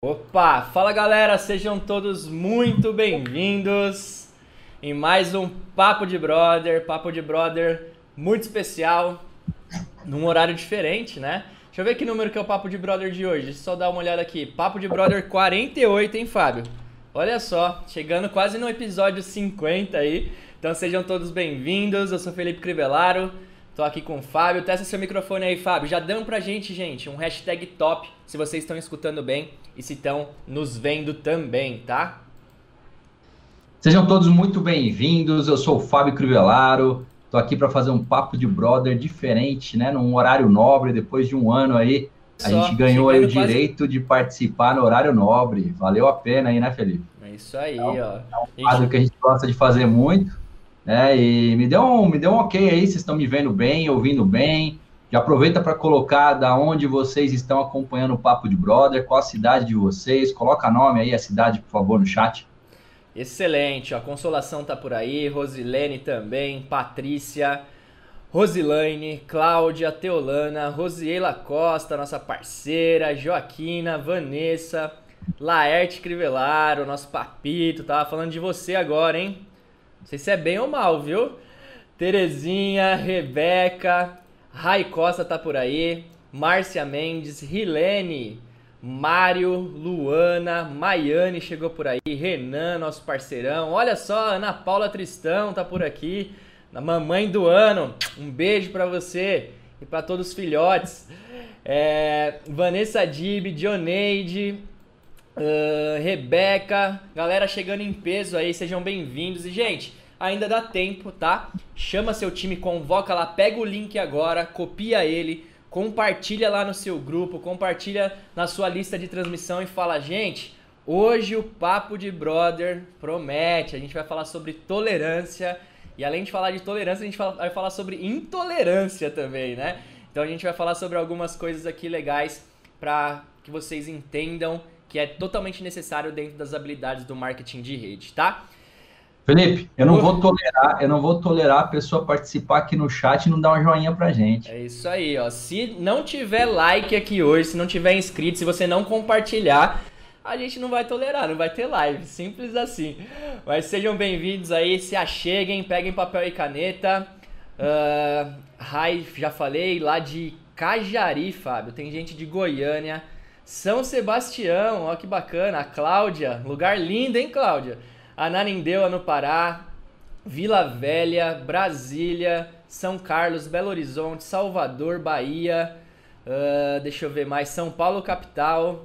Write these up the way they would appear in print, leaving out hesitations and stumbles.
Opa, fala galera, sejam todos muito bem-vindos em mais um Papo de Brother muito especial, num horário diferente, né? Deixa eu ver que número que é o Papo de Brother de hoje, deixa eu só dar uma olhada aqui, Papo de Brother 48, hein, Fábio? Olha só, chegando quase no episódio 50 aí, então sejam todos bem-vindos, eu sou Felipe Crivellaro. Tô aqui com o Fábio. Testa seu microfone aí, Fábio. Já dão pra gente, um hashtag top se vocês estão escutando bem e se estão nos vendo também, tá? Sejam todos muito bem-vindos. Eu sou o Fábio Crivellaro. Estou aqui para fazer um papo de brother diferente, né? Num horário nobre. Depois de um ano aí, a gente Só, ganhou aí o chegando quase. direito de participar no horário nobre. Valeu a pena aí, né, Felipe? É isso aí, ó. Quadro Gente, que a gente gosta de fazer muito, né? E me deu um ok aí. Vocês estão me vendo bem, ouvindo bem. Já aproveita para colocar da onde vocês estão acompanhando o papo de brother, qual a cidade de vocês. Coloca nome aí, a cidade, por favor, no chat. excelente, ó. Consolação tá por aí, Rosilene também, Patrícia, Rosilane, Cláudia, Teolana, Rosiela Costa, nossa parceira, Joaquina, Vanessa, Laerte Crivellaro, nosso papito, tava falando de você agora, hein? Não sei se é bem ou mal, viu? Terezinha, Rebeca, Rai Costa tá por aí, Márcia Mendes, Rilene, Mário, Luana, Maiane chegou por aí, Renan, nosso parceirão. Olha só, Ana Paula Tristão tá por aqui, a mamãe do ano. Um beijo pra você e pra todos os filhotes. Vanessa Dib, Dioneide, Rebeca, galera chegando em peso aí, sejam bem-vindos. E, gente, ainda dá tempo, tá? Chama seu time, convoca lá, pega o link agora, copia ele, compartilha lá no seu grupo, compartilha na sua lista de transmissão e fala, gente, hoje o Papo de Brother promete, a gente vai falar sobre tolerância e além de falar de tolerância, a gente vai falar sobre intolerância também, né? Então a gente vai falar sobre algumas coisas aqui legais para que vocês entendam que é totalmente necessário dentro das habilidades do marketing de rede, tá? Felipe, Uh, eu não vou tolerar a pessoa participar aqui no chat e não dar um joinha pra gente. É isso aí, ó. Se não tiver like aqui hoje, se não tiver inscrito, se você não compartilhar, a gente não vai tolerar, não vai ter live. Simples assim. Mas sejam bem-vindos aí, se acheguem, peguem papel e caneta. Rai, já falei, lá de Cajari, Fábio. Tem gente de Goiânia. São Sebastião, ó que bacana. A Cláudia, lugar lindo, hein, Cláudia? Ananindeua, no Pará. Vila Velha, Brasília, São Carlos, Belo Horizonte, Salvador, Bahia, deixa eu ver mais, São Paulo capital,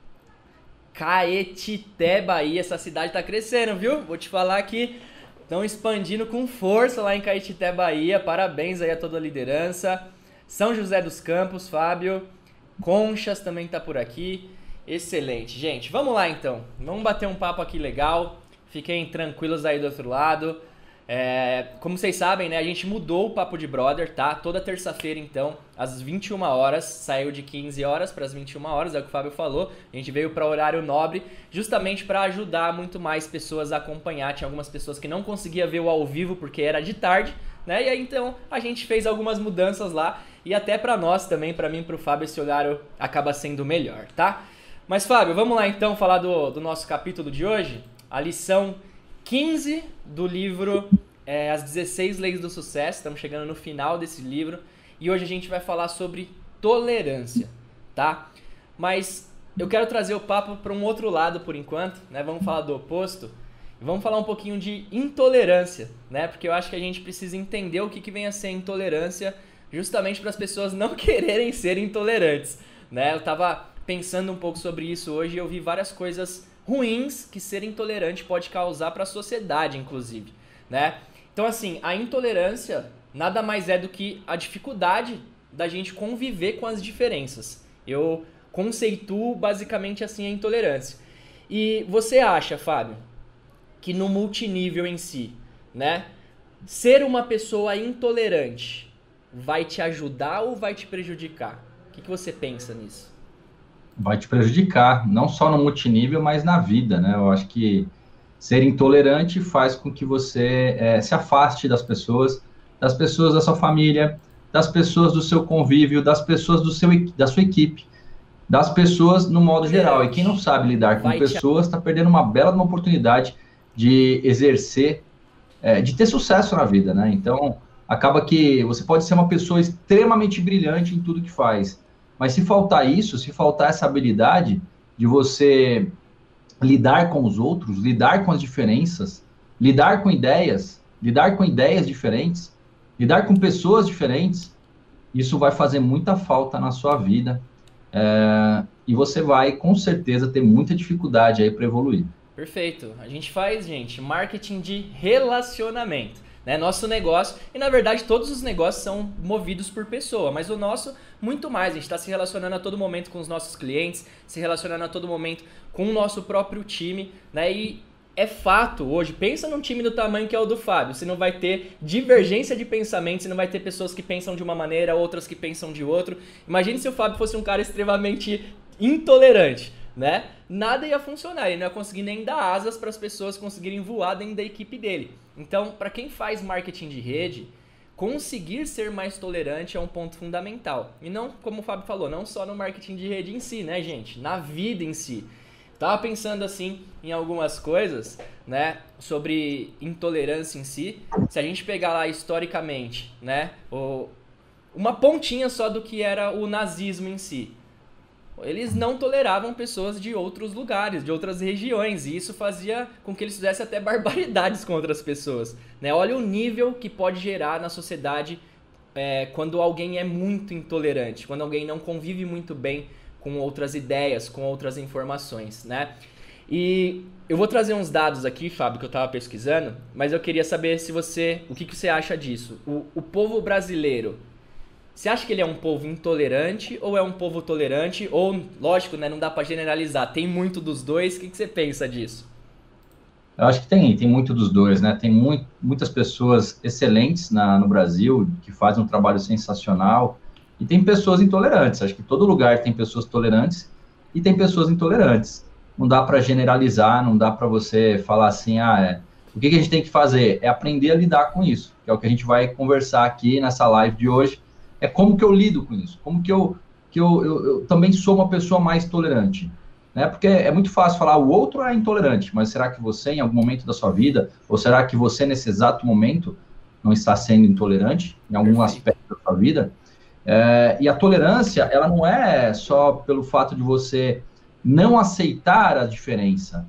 Caetité, Bahia, essa cidade tá crescendo, viu? Vou te falar que estão expandindo com força lá em Caetité, Bahia, parabéns aí a toda a liderança. São José dos Campos, Fábio, Conchas também tá por aqui, excelente. Gente, vamos lá então, vamos bater um papo aqui legal, fiquem tranquilos aí do outro lado. Como vocês sabem, né, a gente mudou o Papo de Brother, tá? Toda terça-feira, então, às 21 horas, saiu de 15 horas para as 21 horas, é o que o Fábio falou. A gente veio para horário nobre, justamente para ajudar muito mais pessoas a acompanhar. Tinha algumas pessoas que não conseguiam ver o ao vivo porque era de tarde, né? E aí, então, a gente fez algumas mudanças lá e até para nós também, para mim e para o Fábio, esse horário acaba sendo melhor, tá? Mas, Fábio, vamos lá então falar do nosso capítulo de hoje, a lição 15 do livro As 16 Leis do Sucesso. Estamos chegando no final desse livro e hoje a gente vai falar sobre tolerância, tá? Mas eu quero trazer o papo para um outro lado por enquanto, né? Vamos falar do oposto e vamos falar um pouquinho de intolerância, né? Porque eu acho que a gente precisa entender o que vem a ser intolerância justamente para as pessoas não quererem ser intolerantes, né? Eu tava pensando um pouco sobre isso hoje e eu vi várias coisas ruins que ser intolerante pode causar para a sociedade, inclusive, né? Então, assim, a intolerância nada mais é do que a dificuldade da gente conviver com as diferenças. Eu conceituo basicamente assim a intolerância. E você acha, Fábio, que no multinível em si, né, ser uma pessoa intolerante vai te ajudar ou vai te prejudicar? O que você pensa nisso? Vai te prejudicar, não só no multinível, mas na vida, né? Eu acho que ser intolerante faz com que você se afaste das pessoas da sua família, das pessoas do seu convívio, das pessoas da sua equipe. das pessoas no modo geral. E quem não Tolerante. sabe lidar com Vai te... pessoas está perdendo uma bela de uma oportunidade de exercer, de ter sucesso na vida, né? Então, acaba que você pode ser uma pessoa extremamente brilhante em tudo que faz, mas se faltar isso, se faltar essa habilidade de você lidar com os outros, lidar com as diferenças, lidar com ideias diferentes, lidar com pessoas diferentes, isso vai fazer muita falta na sua vida. E você vai, com certeza, ter muita dificuldade aí para evoluir. Perfeito. A gente faz, gente, marketing de relacionamento, né? Nosso negócio, e na verdade todos os negócios são movidos por pessoa, mas o nosso muito mais. A gente está se relacionando a todo momento com os nossos clientes, se relacionando a todo momento com o nosso próprio time, né? E é fato hoje, pensa num time do tamanho que é o do Fábio, você não vai ter divergência de pensamento, você não vai ter pessoas que pensam de uma maneira, outras que pensam de outro. Imagine se o Fábio fosse um cara extremamente intolerante, né? Nada ia funcionar, ele não ia conseguir nem dar asas para as pessoas conseguirem voar dentro da equipe dele. Então, para quem faz marketing de rede, conseguir ser mais tolerante é um ponto fundamental. E não, como o Fábio falou, não só no marketing de rede em si, né, gente? Na vida em si. Tava pensando assim em algumas coisas, né, sobre intolerância em si. Se a gente pegar lá historicamente, né, uma pontinha só do que era o nazismo em si. Eles não toleravam pessoas de outros lugares, de outras regiões, e isso fazia com que eles fizessem até barbaridades com outras pessoas, né? Olha o nível que pode gerar na sociedade quando alguém é muito intolerante, quando alguém não convive muito bem com outras ideias, com outras informações, né? E eu vou trazer uns dados aqui, Fábio, que eu estava pesquisando, mas eu queria saber se o que você acha disso. O povo brasileiro, você acha que ele é um povo intolerante ou é um povo tolerante? Ou, lógico, né, não dá para generalizar, tem muito dos dois, o que você pensa disso? Eu acho que tem muito dos dois, né? Tem muitas pessoas excelentes no Brasil que fazem um trabalho sensacional e tem pessoas intolerantes. Acho que todo lugar tem pessoas tolerantes e tem pessoas intolerantes. Não dá para generalizar, não dá para você falar assim, o que a gente tem que fazer? É aprender a lidar com isso, que é o que a gente vai conversar aqui nessa live de hoje. É como que eu lido com isso, como que eu também sou uma pessoa mais tolerante. Né? Porque é muito fácil falar, o outro é intolerante, mas será que você, em algum momento da sua vida, ou será que você, nesse exato momento, não está sendo intolerante em algum Perfeito. aspecto da sua vida? E a tolerância, ela não é só pelo fato de você não aceitar a diferença,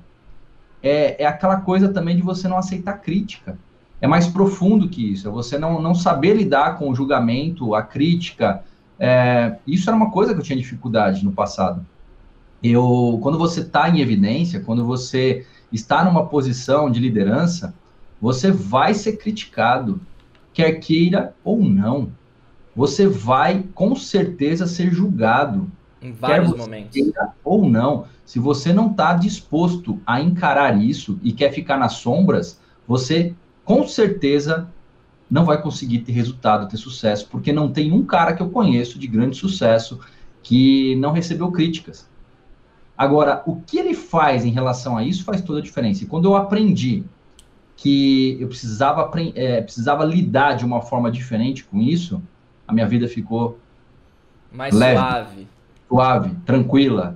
é aquela coisa também de você não aceitar crítica. É mais profundo que isso, é você não saber lidar com o julgamento, a crítica. Isso era uma coisa que eu tinha dificuldade no passado. Quando você está em evidência, quando você está numa posição de liderança, você vai ser criticado, quer queira ou não. Você vai, com certeza, ser julgado, Em quer vários você momentos. queira ou não. Se você não está disposto a encarar isso e quer ficar nas sombras, você, com certeza, não vai conseguir ter resultado, ter sucesso, porque não tem um cara que eu conheço de grande sucesso que não recebeu críticas. Agora, o que ele faz em relação a isso faz toda a diferença. E quando eu aprendi que eu precisava lidar de uma forma diferente com isso, a minha vida ficou Mais leve, suave. suave, tranquila.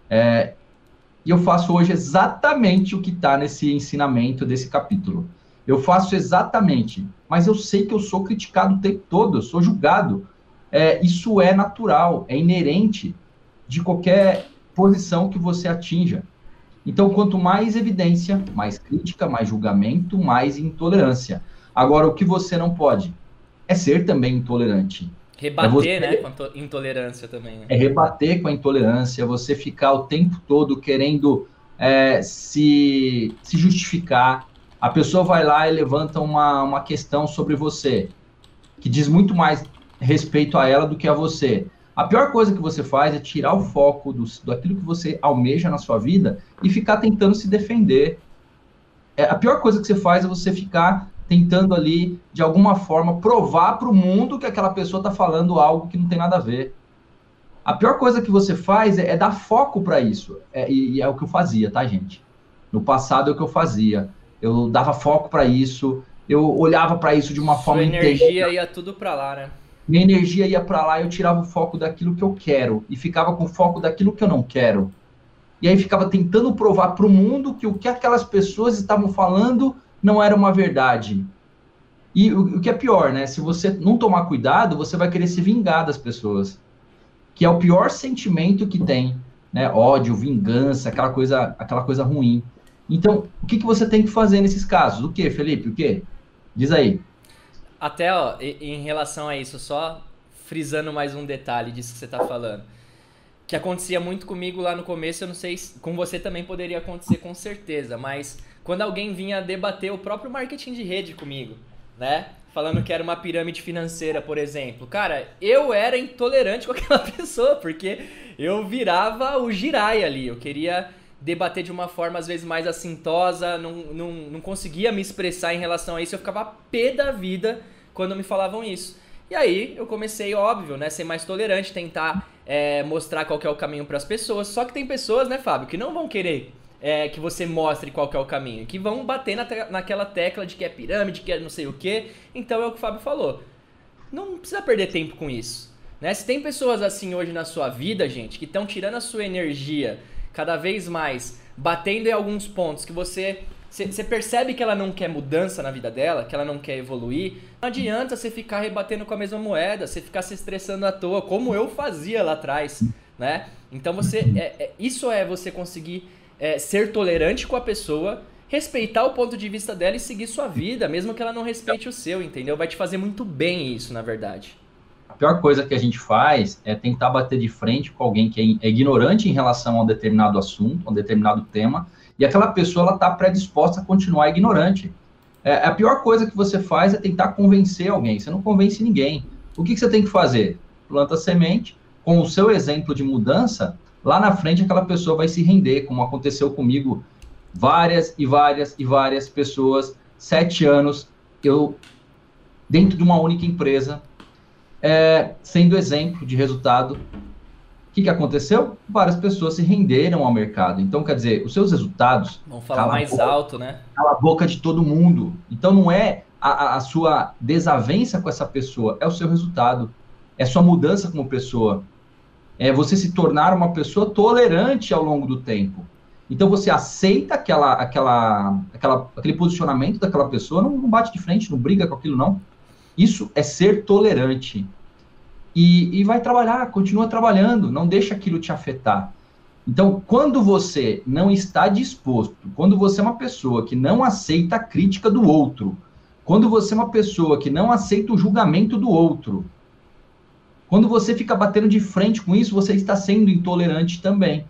E eu faço hoje exatamente o que está nesse ensinamento desse capítulo. Eu faço exatamente, mas eu sei que eu sou criticado o tempo todo, eu sou julgado. Isso é natural, é inerente de qualquer posição que você atinja. Então, quanto mais evidência, mais crítica, mais julgamento, mais intolerância. Agora, o que você não pode é ser também intolerante. É você Rebater, né, com a intolerância também, né? rebater com a intolerância, você ficar o tempo todo querendo se justificar. A pessoa vai lá e levanta uma questão sobre você, que diz muito mais respeito a ela do que a você. A pior coisa que você faz é tirar o foco daquilo que você almeja na sua vida e ficar tentando se defender. A pior coisa que você faz é você ficar tentando ali, de alguma forma, provar para o mundo que aquela pessoa está falando algo que não tem nada a ver. A pior coisa que você faz é dar foco para isso. E é o que eu fazia, tá, gente? No passado é o que eu fazia. Eu dava foco para isso, eu olhava para isso de uma Sua forma inteira. energia ia tudo pra lá, né? minha energia ia para lá e eu tirava o foco daquilo que eu quero e ficava com o foco daquilo que eu não quero. E aí ficava tentando provar para o mundo que o que aquelas pessoas estavam falando não era uma verdade. E o que é pior, né? Se você não tomar cuidado, você vai querer se vingar das pessoas, que é o pior sentimento que tem, né? Ódio, vingança, aquela coisa ruim. Então, o que que você tem que fazer nesses casos? O que, Felipe? O que? Diz aí. Até, ó, em relação a isso, só frisando mais um detalhe disso que você tá falando. Que acontecia muito comigo lá no começo, eu não sei se com você também poderia acontecer com certeza, mas quando alguém vinha debater o próprio marketing de rede comigo, né? Falando que era uma pirâmide financeira, por exemplo. Cara, eu era intolerante com aquela pessoa, porque eu virava o Jirai ali. Eu queria debater de uma forma às vezes mais assintosa, não conseguia me expressar em relação a isso, eu ficava pé da vida quando me falavam isso. E aí eu comecei, óbvio, né, ser mais tolerante, tentar mostrar qual que é o caminho para as pessoas. Só que tem pessoas, né, Fábio, que não vão querer que você mostre qual que é o caminho, que vão bater naquela tecla de que é pirâmide, que é não sei o que. Então é o que o Fábio falou. Não precisa perder tempo com isso. Né? Se tem pessoas assim hoje na sua vida, gente, que estão tirando a sua energia cada vez mais, batendo em alguns pontos que você percebe que ela não quer mudança na vida dela, que ela não quer evoluir, não adianta você ficar rebatendo com a mesma moeda, você ficar se estressando à toa, como eu fazia lá atrás, né? Então isso é você conseguir ser tolerante com a pessoa, respeitar o ponto de vista dela e seguir sua vida, mesmo que ela não respeite o seu, entendeu? Vai te fazer muito bem isso, na verdade. A pior coisa que a gente faz é tentar bater de frente com alguém que é ignorante em relação a um determinado assunto, a um determinado tema, e aquela pessoa ela está predisposta a continuar ignorante. A pior coisa que você faz é tentar convencer alguém. Você não convence ninguém. O que você tem que fazer? Planta semente, com o seu exemplo de mudança, lá na frente aquela pessoa vai se render, como aconteceu comigo várias e várias e várias pessoas, 7 anos, eu dentro de uma única empresa, sendo exemplo de resultado. O que aconteceu? Várias pessoas se renderam ao mercado. Então, quer dizer, os seus resultados... Vamos falar mais alto, né? Cala a boca de todo mundo. Então, não é a sua desavença com essa pessoa, é o seu resultado. É sua mudança como pessoa. É você se tornar uma pessoa tolerante ao longo do tempo. Então, você aceita aquele posicionamento daquela pessoa, não bate de frente, não briga com aquilo, não. Isso é ser tolerante. E vai trabalhar, continua trabalhando, não deixa aquilo te afetar. Então, quando você não está disposto, quando você é uma pessoa que não aceita a crítica do outro, quando você é uma pessoa que não aceita o julgamento do outro, quando você fica batendo de frente com isso, você está sendo intolerante também.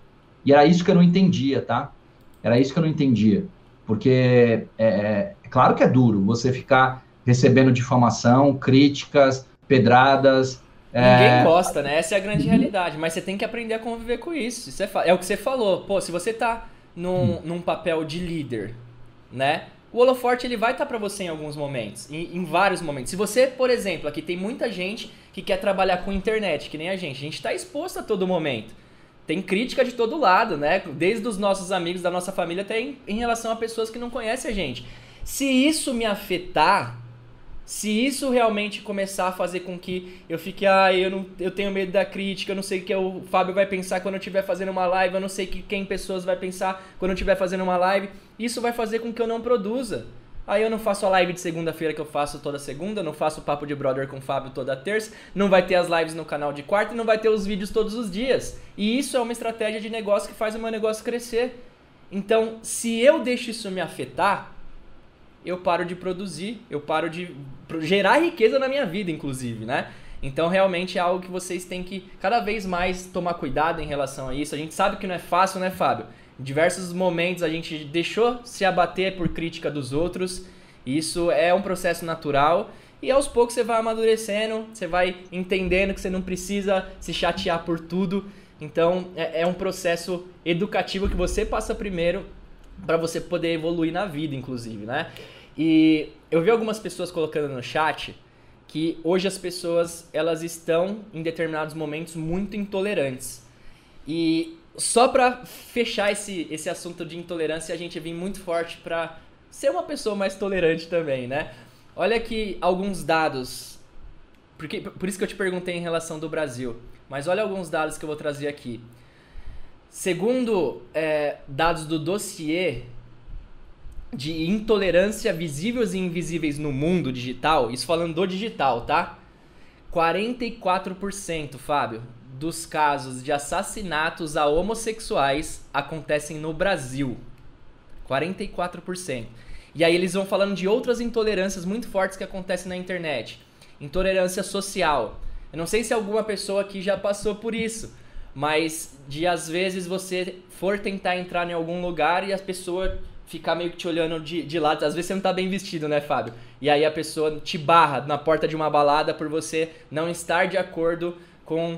E era isso que eu não entendia, tá? Era isso que eu não entendia. Porque é claro que é duro você ficar recebendo difamação, críticas, pedradas. Ninguém gosta, né? Essa é a grande realidade. Mas você tem que aprender a conviver com isso. Isso é o que você falou. Pô, se você tá num papel de líder, né? O holoforte ele vai estar para você em alguns momentos, em vários momentos. Se você, por exemplo, aqui tem muita gente que quer trabalhar com internet, que nem a gente está exposto a todo momento. Tem crítica de todo lado, né? Desde os nossos amigos, da nossa família, até em relação a pessoas que não conhecem a gente. Se isso me afetar, se isso realmente começar a fazer com que eu fique, eu tenho medo da crítica, eu não sei o que o Fábio vai pensar quando eu estiver fazendo uma live, eu não sei quem pessoas vai pensar quando eu estiver fazendo uma live, isso vai fazer com que eu não produza. Aí eu não faço a live de segunda-feira que eu faço toda segunda, não faço o Papo de Brother com o Fábio toda terça, não vai ter as lives no canal de quarta e não vai ter os vídeos todos os dias. E isso é uma estratégia de negócio que faz o meu negócio crescer. Então, se eu deixo isso me afetar, eu paro de produzir, eu paro de gerar riqueza na minha vida, inclusive, né? Então, realmente é algo que vocês têm que cada vez mais tomar cuidado em relação a isso. A gente sabe que não é fácil, né, Fábio? Em diversos momentos a gente deixou se abater por crítica dos outros. Isso é um processo natural. E aos poucos você vai amadurecendo, você vai entendendo que você não precisa se chatear por tudo. Então, é um processo educativo que você passa primeiro para você poder evoluir na vida, inclusive, né? E eu vi algumas pessoas colocando no chat que hoje as pessoas, elas estão em determinados momentos muito intolerantes. E só para fechar esse assunto de intolerância, a gente vem muito forte para ser uma pessoa mais tolerante também, né? Olha aqui alguns dados por isso que eu te perguntei em relação do Brasil. Mas olha alguns dados que eu vou trazer aqui. Segundo dados do dossiê de intolerância visíveis e invisíveis no mundo digital, isso falando do digital, tá? 44%, Fábio, dos casos de assassinatos a homossexuais acontecem no Brasil. 44%. E aí eles vão falando de outras intolerâncias muito fortes que acontecem na internet. Intolerância social. Eu não sei se alguma pessoa aqui já passou por isso, mas de às vezes você for tentar entrar em algum lugar e a pessoa ficar meio que te olhando de lado. Às vezes você não tá bem vestido, né, Fábio? E aí a pessoa te barra na porta de uma balada por você não estar de acordo com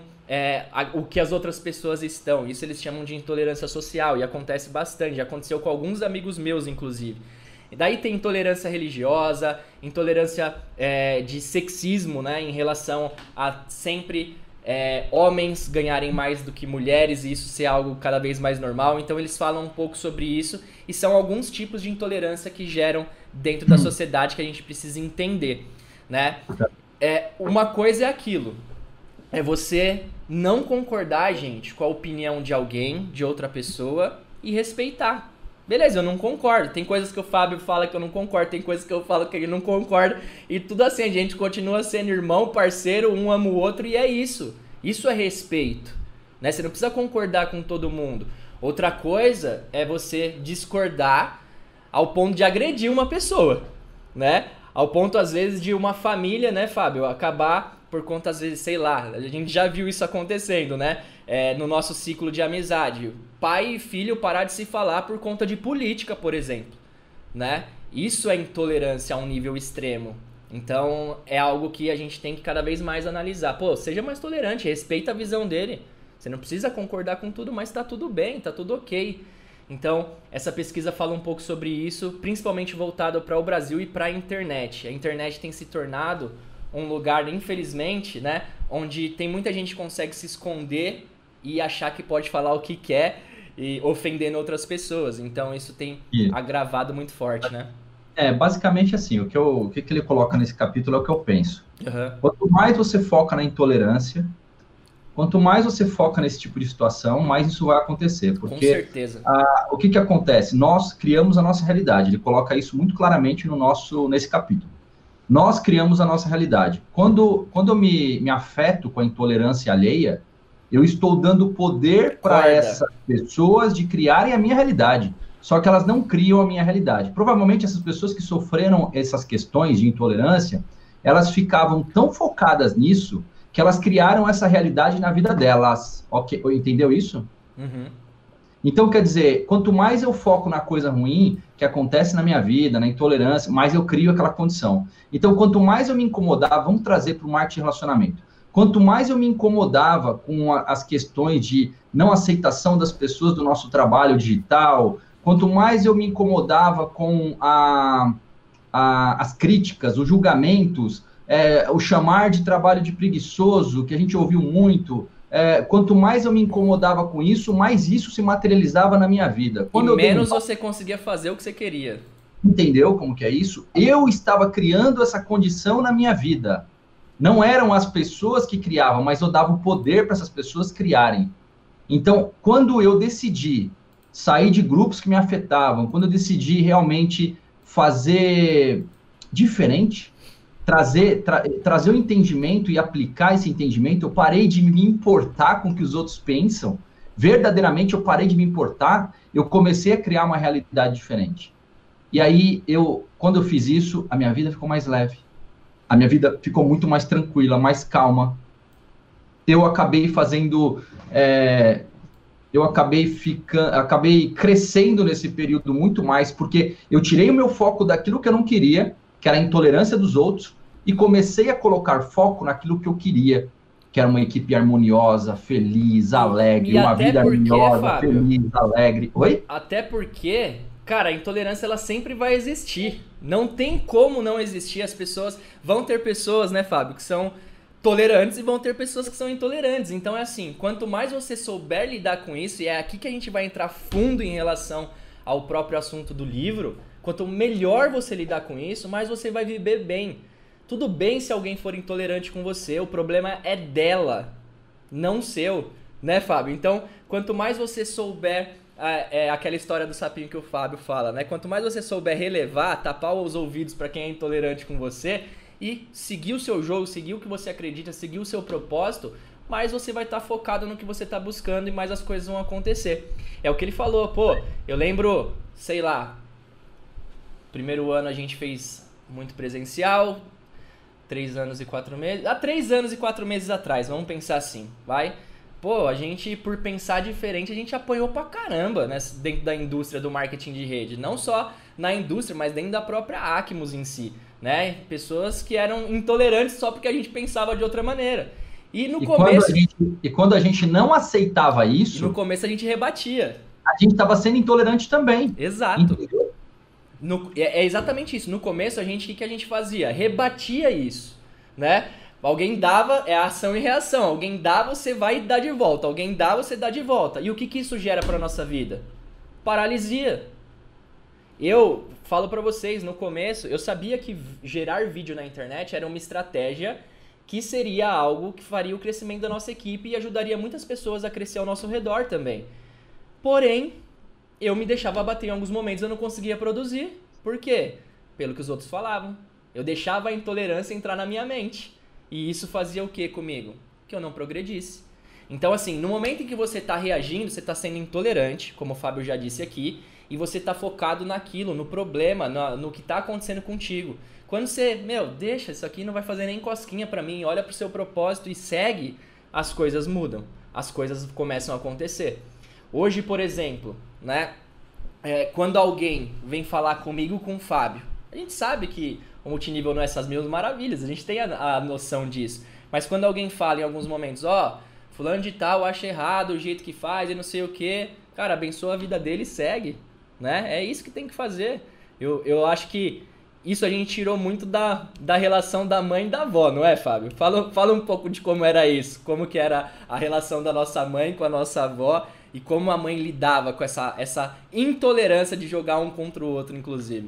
o que as outras pessoas estão. Isso eles chamam de intolerância social e acontece bastante. Já aconteceu com alguns amigos meus, inclusive. E daí tem intolerância religiosa, intolerância de sexismo, né, em relação a sempre homens ganharem mais do que mulheres e isso ser algo cada vez mais normal. Então eles falam um pouco sobre isso e são alguns tipos de intolerância que geram dentro da sociedade que a gente precisa entender, né? Uma coisa é aquilo, é você não concordar, gente, com a opinião de alguém, de outra pessoa e respeitar. Beleza, eu não concordo. Tem coisas que o Fábio fala que eu não concordo, tem coisas que eu falo que ele não concorda. E tudo assim, a gente continua sendo irmão, parceiro, um ama o outro e é isso. Isso é respeito, né? Você não precisa concordar com todo mundo. Outra coisa é você discordar ao ponto de agredir uma pessoa, né? Ao ponto, às vezes, de uma família, né, Fábio, acabar por conta, às vezes, sei lá, a gente já viu isso acontecendo, né? No nosso ciclo de amizade. Pai e filho parar de se falar por conta de política, por exemplo, né? Isso é intolerância a um nível extremo. Então, é algo que a gente tem que cada vez mais analisar. Pô, seja mais tolerante, respeita a visão dele. Você não precisa concordar com tudo, mas tá tudo bem, tá tudo ok. Então, essa pesquisa fala um pouco sobre isso, principalmente voltado para o Brasil e para a internet. A internet tem se tornado um lugar, infelizmente, né, onde tem muita gente que consegue se esconder e achar que pode falar o que quer e ofendendo outras pessoas. Então, isso tem agravado muito forte, né? Basicamente assim, o que ele coloca nesse capítulo é o que eu penso. Uhum. Quanto mais você foca na intolerância, quanto mais você foca nesse tipo de situação, mais isso vai acontecer. Porque, com certeza. O que acontece? Nós criamos a nossa realidade. Ele coloca isso muito claramente nesse capítulo. Nós criamos a nossa realidade. Quando eu me afeto com a intolerância alheia, eu estou dando poder para essas pessoas de criarem a minha realidade. Só que elas não criam a minha realidade. Provavelmente essas pessoas que sofreram essas questões de intolerância, elas ficavam tão focadas nisso que elas criaram essa realidade na vida delas. Okay? Entendeu isso? Uhum. Então, quer dizer, quanto mais eu foco na coisa ruim que acontece na minha vida, na intolerância, mais eu crio aquela condição. Então, quanto mais eu me incomodava, vamos trazer para o marketing de relacionamento. Quanto mais eu me incomodava com as questões de não aceitação das pessoas do nosso trabalho digital, quanto mais eu me incomodava com as críticas, os julgamentos, o chamar de trabalho de preguiçoso, que a gente ouviu muito, quanto mais eu me incomodava com isso, mais isso se materializava na minha vida. Quando menos você conseguia fazer o que você queria. Entendeu como que é isso? Eu estava criando essa condição na minha vida. Não eram as pessoas que criavam, mas eu dava o poder para essas pessoas criarem. Então, quando eu decidi sair de grupos que me afetavam, quando eu decidi realmente fazer diferente, trazer o entendimento e aplicar esse entendimento, eu parei de me importar com o que os outros pensam, verdadeiramente eu parei de me importar, eu comecei a criar uma realidade diferente. E aí, quando eu fiz isso, a minha vida ficou mais leve, a minha vida ficou muito mais tranquila, mais calma. Eu acabei fazendo... eu acabei crescendo nesse período muito mais, porque eu tirei o meu foco daquilo que eu não queria, que era a intolerância dos outros, e comecei a colocar foco naquilo que eu queria, que era uma equipe harmoniosa, feliz, alegre, uma vida harmoniosa, Fábio, feliz, alegre. Oi? Até porque, cara, a intolerância ela sempre vai existir. Não tem como não existir. As pessoas vão ter pessoas, né, Fábio, que são tolerantes e vão ter pessoas que são intolerantes. Então é assim, quanto mais você souber lidar com isso, e é aqui que a gente vai entrar fundo em relação ao próprio assunto do livro, quanto melhor você lidar com isso, mais você vai viver bem, Tudo bem se alguém for intolerante com você, o problema é dela, não seu, né, Fábio? Então, quanto mais você souber, aquela história do sapinho que o Fábio fala, né? Quanto mais você souber relevar, tapar os ouvidos para quem é intolerante com você e seguir o seu jogo, seguir o que você acredita, seguir o seu propósito, mais você vai estar focado no que você está buscando e mais as coisas vão acontecer. É o que ele falou, pô, eu lembro, sei lá, primeiro ano a gente fez muito presencial, 3 anos e 4 meses, 3 anos e 4 meses atrás, vamos pensar assim, vai? Pô, a gente, por pensar diferente, a gente apanhou pra caramba, né, dentro da indústria do marketing de rede. Não só na indústria, mas dentro da própria Acmos em si, né? Pessoas que eram intolerantes só porque a gente pensava de outra maneira. E no começo... Quando a gente não aceitava isso... E no começo a gente rebatia. A gente estava sendo intolerante também. Exato. Entendeu? É exatamente isso. No começo, o que a gente fazia? Rebatia isso, né? Alguém dava, é ação e reação. Alguém dá, você vai dar de volta. Alguém dá, você dá de volta. E o que isso gera para nossa vida? Paralisia. Eu falo para vocês, no começo, eu sabia que gerar vídeo na internet era uma estratégia que seria algo que faria o crescimento da nossa equipe e ajudaria muitas pessoas a crescer ao nosso redor também. Porém, eu me deixava abater em alguns momentos, eu não conseguia produzir. Por quê? Pelo que os outros falavam. Eu deixava a intolerância entrar na minha mente. E isso fazia o que comigo? Que eu não progredisse. Então, assim, no momento em que você está reagindo, você está sendo intolerante, como o Fábio já disse aqui, e você está focado naquilo, no problema, no que está acontecendo contigo. Quando você, deixa, isso aqui não vai fazer nem cosquinha para mim, olha para o seu propósito e segue, as coisas mudam. As coisas começam a acontecer. Hoje, por exemplo, né, quando alguém vem falar comigo com o Fábio, a gente sabe que o multinível não é essas mil maravilhas, a gente tem a noção disso. Mas quando alguém fala em alguns momentos, fulano de tal acha errado o jeito que faz e não sei o que, cara, abençoa a vida dele e segue, né? É isso que tem que fazer. Eu acho que isso a gente tirou muito da relação da mãe e da avó, não é, Fábio? Fala um pouco de como era isso, como que era a relação da nossa mãe com a nossa avó e como a mãe lidava com essa intolerância de jogar um contra o outro, inclusive.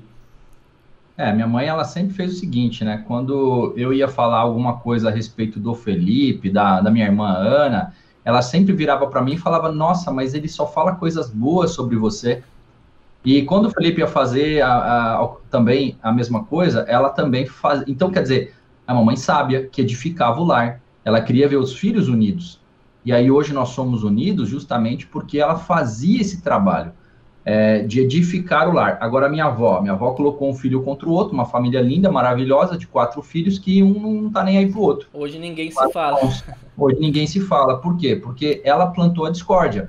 Minha mãe, ela sempre fez o seguinte, né? Quando eu ia falar alguma coisa a respeito do Felipe, da minha irmã Ana, ela sempre virava para mim e falava, nossa, mas ele só fala coisas boas sobre você. E quando o Felipe ia fazer também a mesma coisa, ela também faz. Então, quer dizer, é uma mãe sábia que edificava o lar. Ela queria ver os filhos unidos. E aí hoje nós somos unidos justamente porque ela fazia esse trabalho de edificar o lar. Agora, minha avó colocou um filho contra o outro, uma família linda, maravilhosa, de 4 filhos, que um não tá nem aí pro outro. Hoje ninguém se fala. Hoje ninguém se fala. Por quê? Porque ela plantou a discórdia.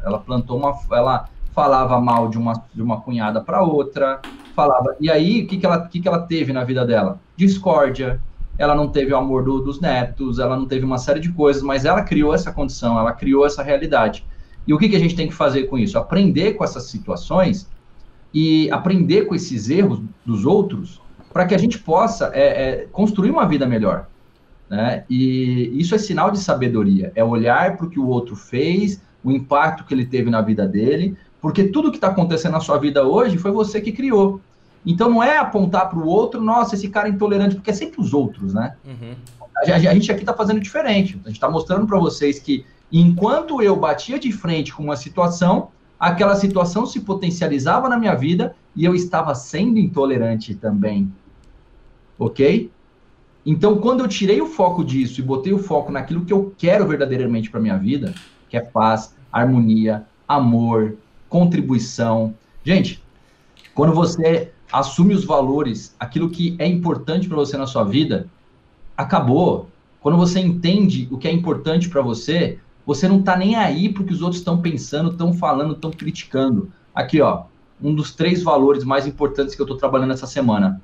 Ela falava mal de uma cunhada para outra, falava. E aí, o que ela teve na vida dela? Discórdia. Ela não teve o amor dos netos, ela não teve uma série de coisas, mas ela criou essa condição, ela criou essa realidade. E o que a gente tem que fazer com isso? Aprender com essas situações e aprender com esses erros dos outros para que a gente possa construir uma vida melhor, né? E isso é sinal de sabedoria, é olhar para o que o outro fez, o impacto que ele teve na vida dele, porque tudo que está acontecendo na sua vida hoje foi você que criou. Então não é apontar para o outro, nossa, esse cara é intolerante, porque é sempre os outros, né? Uhum. A gente aqui está fazendo diferente, a gente está mostrando para vocês que enquanto eu batia de frente com uma situação, aquela situação se potencializava na minha vida e eu estava sendo intolerante também. Ok? Então, quando eu tirei o foco disso e botei o foco naquilo que eu quero verdadeiramente para minha vida, que é paz, harmonia, amor, contribuição. Gente, quando você assume os valores, aquilo que é importante para você na sua vida, acabou. Quando você entende o que é importante para você, você não está nem aí para o que os outros estão pensando, estão falando, estão criticando. Aqui, ó, um dos 3 valores mais importantes que eu estou trabalhando essa semana.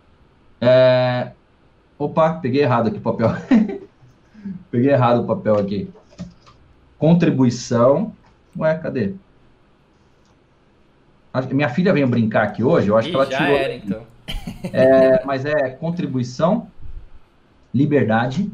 Opa, peguei errado aqui o papel. Peguei errado o papel aqui. Contribuição. Ué, cadê? Minha filha veio brincar aqui hoje, eu acho que ela tirou. Já era, então. Mas é contribuição, liberdade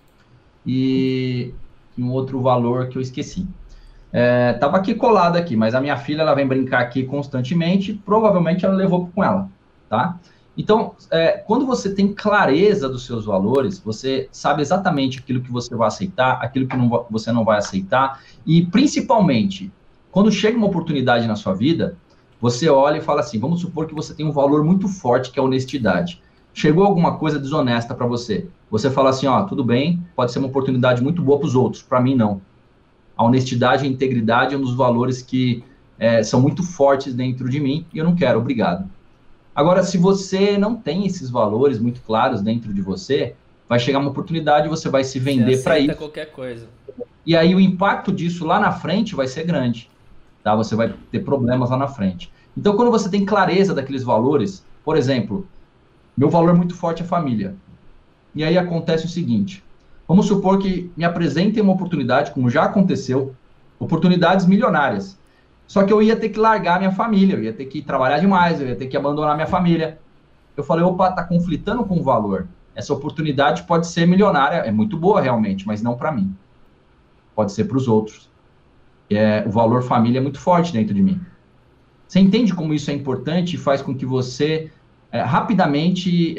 e um outro valor que eu esqueci. Tava aqui colado aqui, mas a minha filha, ela vem brincar aqui constantemente, provavelmente ela levou com ela, tá? Então, quando você tem clareza dos seus valores, você sabe exatamente aquilo que você vai aceitar, aquilo que você não vai aceitar, e principalmente, quando chega uma oportunidade na sua vida, você olha e fala assim: vamos supor que você tem um valor muito forte que é a honestidade. Chegou alguma coisa desonesta para você. Você fala assim: ó, tudo bem, pode ser uma oportunidade muito boa para os outros, para mim não. A honestidade e a integridade é um dos valores que são muito fortes dentro de mim e eu não quero, obrigado. Agora, se você não tem esses valores muito claros dentro de você, vai chegar uma oportunidade, você vai se Você vender para aceita isso, qualquer coisa. e aí o impacto disso lá na frente vai ser grande, tá? Você vai ter problemas lá na frente. Então, quando você tem clareza daqueles valores, por exemplo, meu valor muito forte é família. E aí acontece o seguinte: vamos supor que me apresentem uma oportunidade, como já aconteceu, oportunidades milionárias. Só que eu ia ter que largar minha família, eu ia ter que trabalhar demais, eu ia ter que abandonar minha família. Eu falei, opa, tá conflitando com o valor. Essa oportunidade pode ser milionária, é muito boa realmente, mas não para mim. Pode ser para os outros. O valor família é muito forte dentro de mim. Você entende como isso é importante e faz com que você rapidamente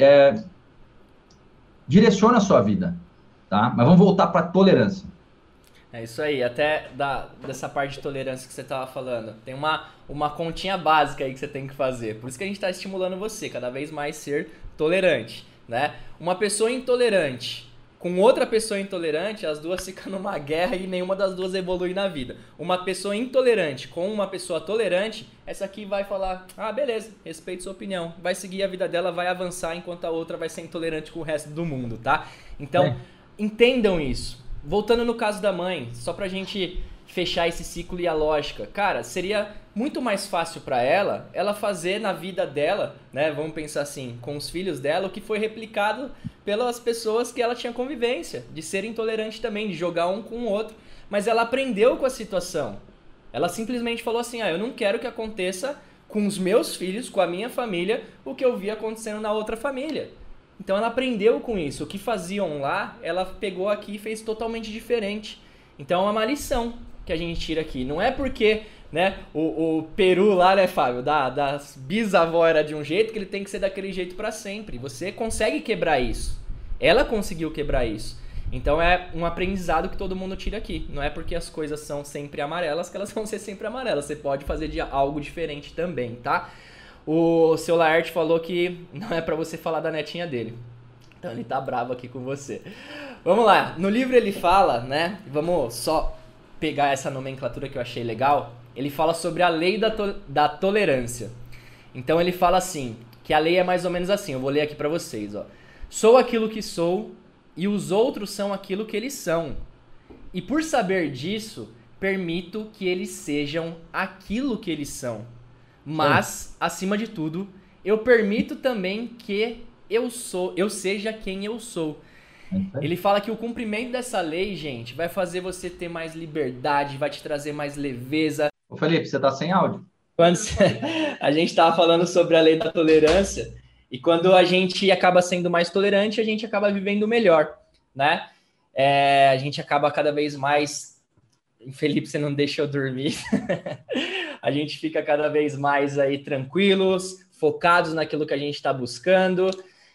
direcione a sua vida, tá? Mas vamos voltar para a tolerância. É isso aí, até dessa parte de tolerância que você estava falando. Tem uma continha básica aí que você tem que fazer. Por isso que a gente está estimulando você cada vez mais ser tolerante, né? Uma pessoa intolerante com outra pessoa intolerante, as duas ficam numa guerra e nenhuma das duas evolui na vida. Uma pessoa intolerante com uma pessoa tolerante, essa aqui vai falar, ah, beleza, respeito sua opinião. Vai seguir a vida dela, vai avançar, enquanto a outra vai ser intolerante com o resto do mundo, tá? Então, entendam isso. Voltando no caso da mãe, só pra gente fechar esse ciclo e a lógica. Cara, seria muito mais fácil pra ela fazer na vida dela, né? Vamos pensar assim, com os filhos dela, o que foi replicado pelas pessoas que ela tinha convivência, de ser intolerante também, de jogar um com o outro. Mas ela aprendeu com a situação. Ela simplesmente falou assim, eu não quero que aconteça com os meus filhos, com a minha família, o que eu vi acontecendo na outra família. Então ela aprendeu com isso. O que faziam lá, ela pegou aqui e fez totalmente diferente. Então é uma lição que a gente tira aqui. Não é porque, né, o Peru lá, né, Fábio, da bisavó era de um jeito que ele tem que ser daquele jeito para sempre. Você consegue quebrar isso. Ela conseguiu quebrar isso. Então é um aprendizado que todo mundo tira aqui. Não é porque as coisas são sempre amarelas que elas vão ser sempre amarelas. Você pode fazer de algo diferente também, tá? O seu Laerte falou que não é pra você falar da netinha dele. Então ele tá bravo aqui com você. Vamos lá. No livro ele fala, né? Vamos só pegar essa nomenclatura que eu achei legal. Ele fala sobre a lei da tolerância. Então ele fala assim, que a lei é mais ou menos assim. Eu vou ler aqui pra vocês, ó. Sou aquilo que sou e os outros são aquilo que eles são. E por saber disso, permito que eles sejam aquilo que eles são. Mas, acima de tudo, eu permito também que eu seja quem eu sou. Ele fala que o cumprimento dessa lei, gente, vai fazer você ter mais liberdade, vai te trazer mais leveza. Ô Felipe, você tá sem áudio? Quando a gente estava falando sobre a lei da tolerância, e quando a gente acaba sendo mais tolerante, a gente acaba vivendo melhor, né? A gente acaba cada vez mais... Felipe, você não deixa eu dormir. A gente fica cada vez mais aí tranquilos, focados naquilo que a gente está buscando.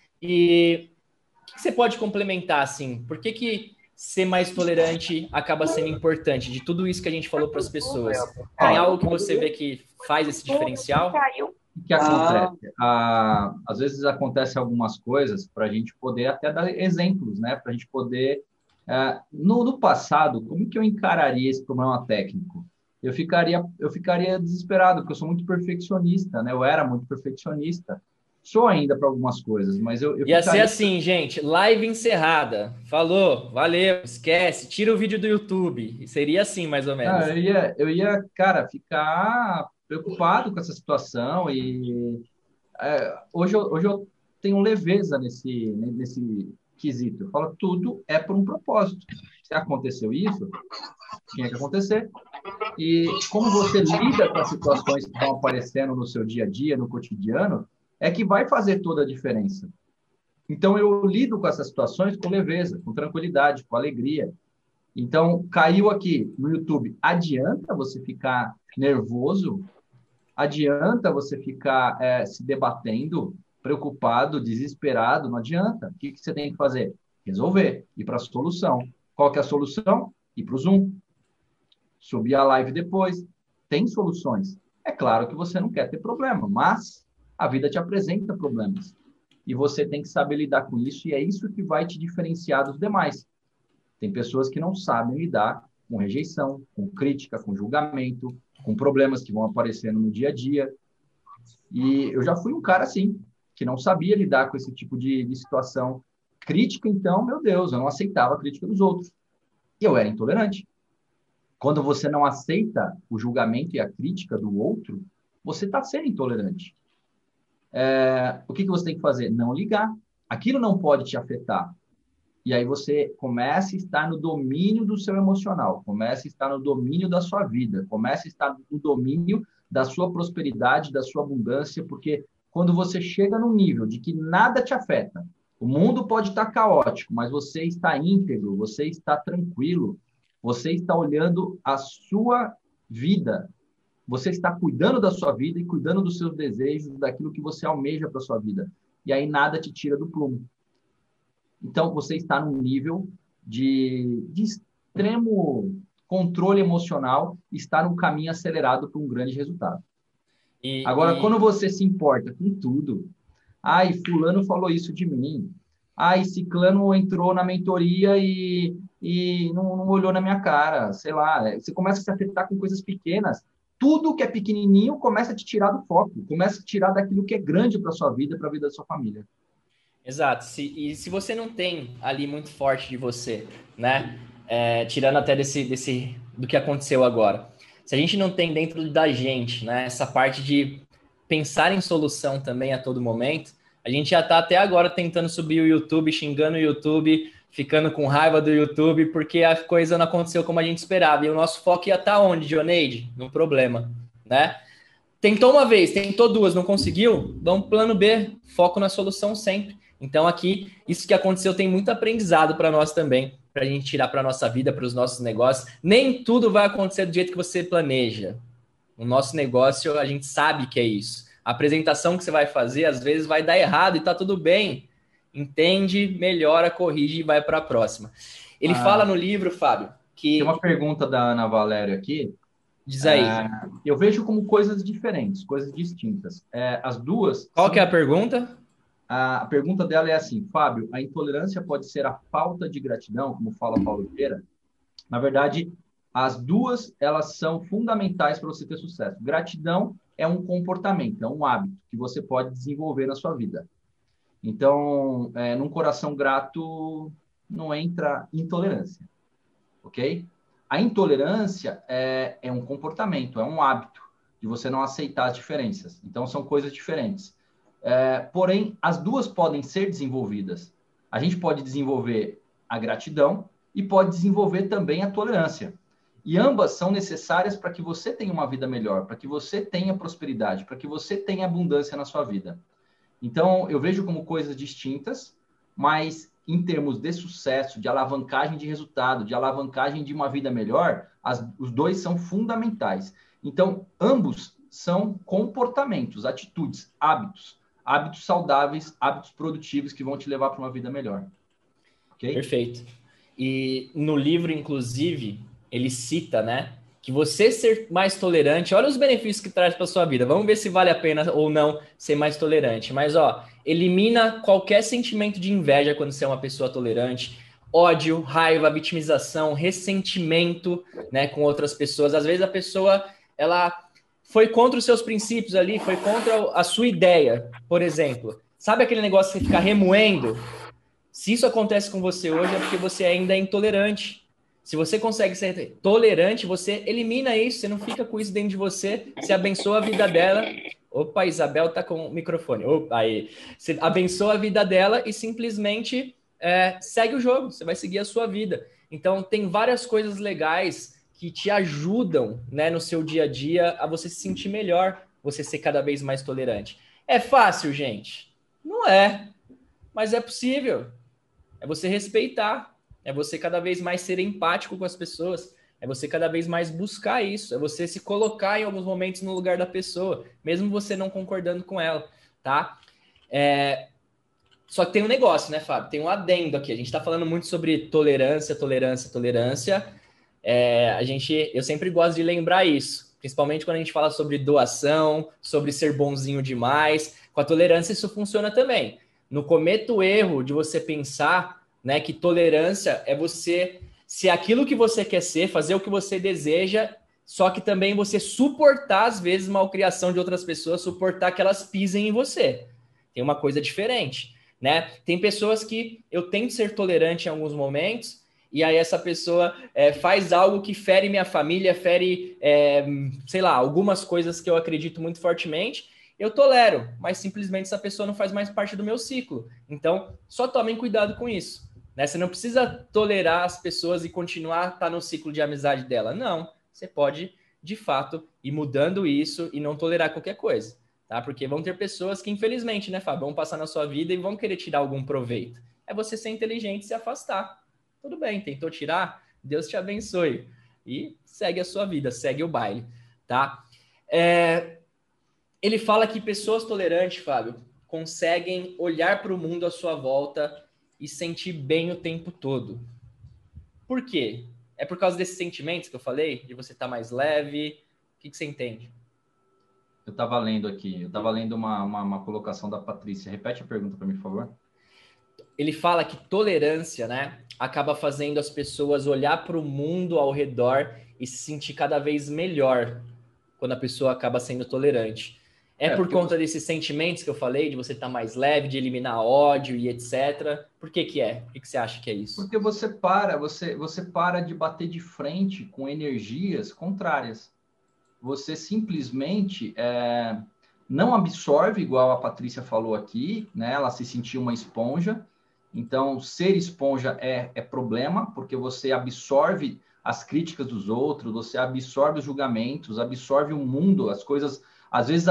E o que você pode complementar, assim? Por que ser mais tolerante acaba sendo importante de tudo isso que a gente falou para as pessoas? Tem algo que você vê que faz esse diferencial? O que acontece? Às vezes acontece algumas coisas para a gente poder até dar exemplos, né? Para a gente poder... no passado, como que eu encararia esse problema técnico? Eu ficaria desesperado, porque eu sou muito perfeccionista, né? Eu era muito perfeccionista. Sou ainda para algumas coisas, mas eu Ia ser assim, gente, live encerrada. Falou, valeu, esquece, tira o vídeo do YouTube. Seria assim, mais ou menos. Eu ia, cara, ficar preocupado com essa situação hoje eu tenho leveza nesse quesito. Eu falo, tudo é por um propósito. Se aconteceu isso, tinha que acontecer. E como você lida com as situações que estão aparecendo no seu dia a dia, no cotidiano, é que vai fazer toda a diferença. Então, eu lido com essas situações com leveza, com tranquilidade, com alegria. Então, caiu aqui no YouTube. Adianta você ficar nervoso? Adianta você ficar se debatendo? preocupado, desesperado, não adianta. O que você tem que fazer? Resolver, ir para a solução. Qual que é a solução? Ir para o Zoom, subir a live depois. Tem soluções. É claro que você não quer ter problema, mas a vida te apresenta problemas. E você tem que saber lidar com isso, e é isso que vai te diferenciar dos demais. Tem pessoas que não sabem lidar com rejeição, com crítica, com julgamento, com problemas que vão aparecendo no dia a dia. E eu já fui um cara assim, que não sabia lidar com esse tipo de situação. Crítica, então, meu Deus, eu não aceitava a crítica dos outros. E eu era intolerante. Quando você não aceita o julgamento e a crítica do outro, você está sendo intolerante. O que você tem que fazer? Não ligar. Aquilo não pode te afetar. E aí você começa a estar no domínio do seu emocional, começa a estar no domínio da sua vida, começa a estar no domínio da sua prosperidade, da sua abundância, porque quando você chega num nível de que nada te afeta, o mundo pode estar caótico, mas você está íntegro, você está tranquilo, você está olhando a sua vida, você está cuidando da sua vida e cuidando dos seus desejos, daquilo que você almeja para a sua vida. E aí nada te tira do prumo. Então, você está num nível de extremo controle emocional, está num caminho acelerado para um grande resultado. Agora, quando você se importa com tudo, ai, fulano falou isso de mim, ai, ciclano entrou na mentoria e não olhou na minha cara, sei lá, você começa a se afetar com coisas pequenas, tudo que é pequenininho começa a te tirar do foco, começa a te tirar daquilo que é grande para a sua vida, para a vida da sua família. Exato. E se você não tem ali muito forte de você, né? Tirando até do que aconteceu agora. Se a gente não tem dentro da gente, né? Essa parte de pensar em solução também a todo momento, a gente já tá até agora tentando subir o YouTube, xingando o YouTube, ficando com raiva do YouTube, porque a coisa não aconteceu como a gente esperava. E o nosso foco ia estar onde, Dioneide? No problema, né? Tentou uma vez, tentou duas, não conseguiu? Vamos plano B, foco na solução sempre. Então aqui, isso que aconteceu tem muito aprendizado para nós também, para a gente tirar para a nossa vida, para os nossos negócios. Nem tudo vai acontecer do jeito que você planeja. O nosso negócio, a gente sabe que é isso. A apresentação que você vai fazer, às vezes vai dar errado e tá tudo bem. Entende, melhora, corrige e vai para a próxima. Ele fala no livro, Fábio, que... Tem uma pergunta da Ana Valéria aqui. Diz aí. Eu vejo como coisas diferentes, coisas distintas. As duas... Qual que é a pergunta? A pergunta dela é assim, Fábio, a intolerância pode ser a falta de gratidão, como fala Paulo Vieira? Na verdade, as duas, elas são fundamentais para você ter sucesso. Gratidão é um comportamento, é um hábito que você pode desenvolver na sua vida. Então, num coração grato não entra intolerância, ok? A intolerância é um comportamento, é um hábito de você não aceitar as diferenças. Então, são coisas diferentes. Porém, as duas podem ser desenvolvidas. A gente pode desenvolver a gratidão e pode desenvolver também a tolerância. E ambas são necessárias para que você tenha uma vida melhor, para que você tenha prosperidade, para que você tenha abundância na sua vida. Então, eu vejo como coisas distintas, mas em termos de sucesso, de alavancagem de resultado, de alavancagem de uma vida melhor, os dois são fundamentais. Então, ambos são comportamentos, atitudes, hábitos saudáveis, hábitos produtivos que vão te levar para uma vida melhor. Okay? Perfeito. E no livro, inclusive, ele cita, né, que você ser mais tolerante, olha os benefícios que traz para sua vida. Vamos ver se vale a pena ou não ser mais tolerante. Mas, elimina qualquer sentimento de inveja quando você é uma pessoa tolerante, ódio, raiva, vitimização, ressentimento, né, com outras pessoas. Às vezes a pessoa, ela foi contra os seus princípios ali, foi contra a sua ideia, por exemplo. Sabe aquele negócio de você ficar remoendo? Se isso acontece com você hoje, é porque você ainda é intolerante. Se você consegue ser tolerante, você elimina isso, você não fica com isso dentro de você, você abençoa a vida dela. Opa, Isabel tá com o microfone. Opa, aí. Você abençoa a vida dela e simplesmente segue o jogo, você vai seguir a sua vida. Então, tem várias coisas legais que te ajudam, né, no seu dia a dia a você se sentir melhor, você ser cada vez mais tolerante. É fácil, gente? Não é, mas é possível. É você respeitar, é você cada vez mais ser empático com as pessoas, é você cada vez mais buscar isso, é você se colocar em alguns momentos no lugar da pessoa, mesmo você não concordando com ela, tá? Só que tem um negócio, né, Fábio? Tem um adendo aqui. A gente está falando muito sobre tolerância, tolerância, tolerância. Eu sempre gosto de lembrar isso, principalmente quando a gente fala sobre doação, sobre ser bonzinho demais. Com a tolerância, isso funciona também. Não cometa o erro de você pensar, né, que tolerância é você ser aquilo que você quer ser, fazer o que você deseja, só que também você suportar, às vezes, malcriação de outras pessoas, suportar que elas pisem em você. Tem uma coisa diferente, né? Tem pessoas que eu tento ser tolerante em alguns momentos, e aí essa pessoa faz algo que fere minha família, fere, sei lá, algumas coisas que eu acredito muito fortemente, eu tolero, mas simplesmente essa pessoa não faz mais parte do meu ciclo. Então, só tomem cuidado com isso. Né? Você não precisa tolerar as pessoas e continuar a estar no ciclo de amizade dela. Não, você pode, de fato, ir mudando isso e não tolerar qualquer coisa. Tá? Porque vão ter pessoas que, infelizmente, né, Fábio, vão passar na sua vida e vão querer tirar algum proveito. É você ser inteligente e se afastar. Tudo bem, tentou tirar? Deus te abençoe. E segue a sua vida, segue o baile, tá? Ele fala que pessoas tolerantes, Fábio, conseguem olhar para o mundo à sua volta e sentir bem o tempo todo. Por quê? É por causa desses sentimentos que eu falei? De você estar mais leve? O que você entende? Eu estava lendo aqui, eu estava lendo uma colocação da Patrícia. Repete a pergunta para mim, por favor. Ele fala que tolerância, né, acaba fazendo as pessoas olhar para o mundo ao redor e se sentir cada vez melhor quando a pessoa acaba sendo tolerante. É por Porque conta desses sentimentos que eu falei, de você estar mais leve, de eliminar ódio e etc. Por que que é? Por que você acha que é isso? Porque você para de bater de frente com energias contrárias. Você simplesmente não absorve, igual a Patrícia falou aqui, né? Ela se sentiu uma esponja. Então, ser esponja é problema, porque você absorve as críticas dos outros, você absorve os julgamentos, absorve o mundo, as coisas. Às vezes,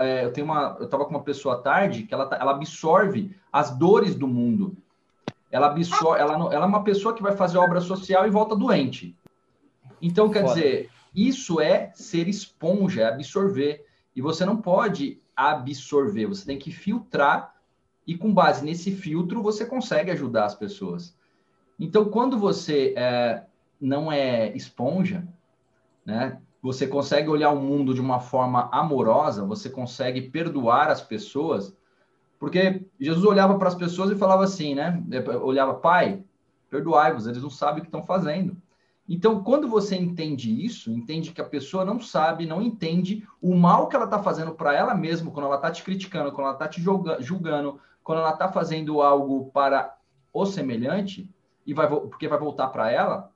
eu estava com uma pessoa à tarde que ela absorve as dores do mundo. Ela absorve, ela é uma pessoa que vai fazer obra social e volta doente. Então, quer Foda. dizer, isso é ser esponja, é absorver. E você não pode absorver, você tem que filtrar, e com base nesse filtro, você consegue ajudar as pessoas. Então, quando você não é esponja, né, você consegue olhar o mundo de uma forma amorosa, você consegue perdoar as pessoas, porque Jesus olhava para as pessoas e falava assim, né? Olhava, Pai, perdoai-vos, eles não sabem o que estão fazendo. Então, quando você entende isso, entende que a pessoa não sabe, não entende o mal que ela está fazendo para ela mesma, quando ela está te criticando, quando ela está te julgando, quando ela está fazendo algo para o semelhante, porque vai voltar para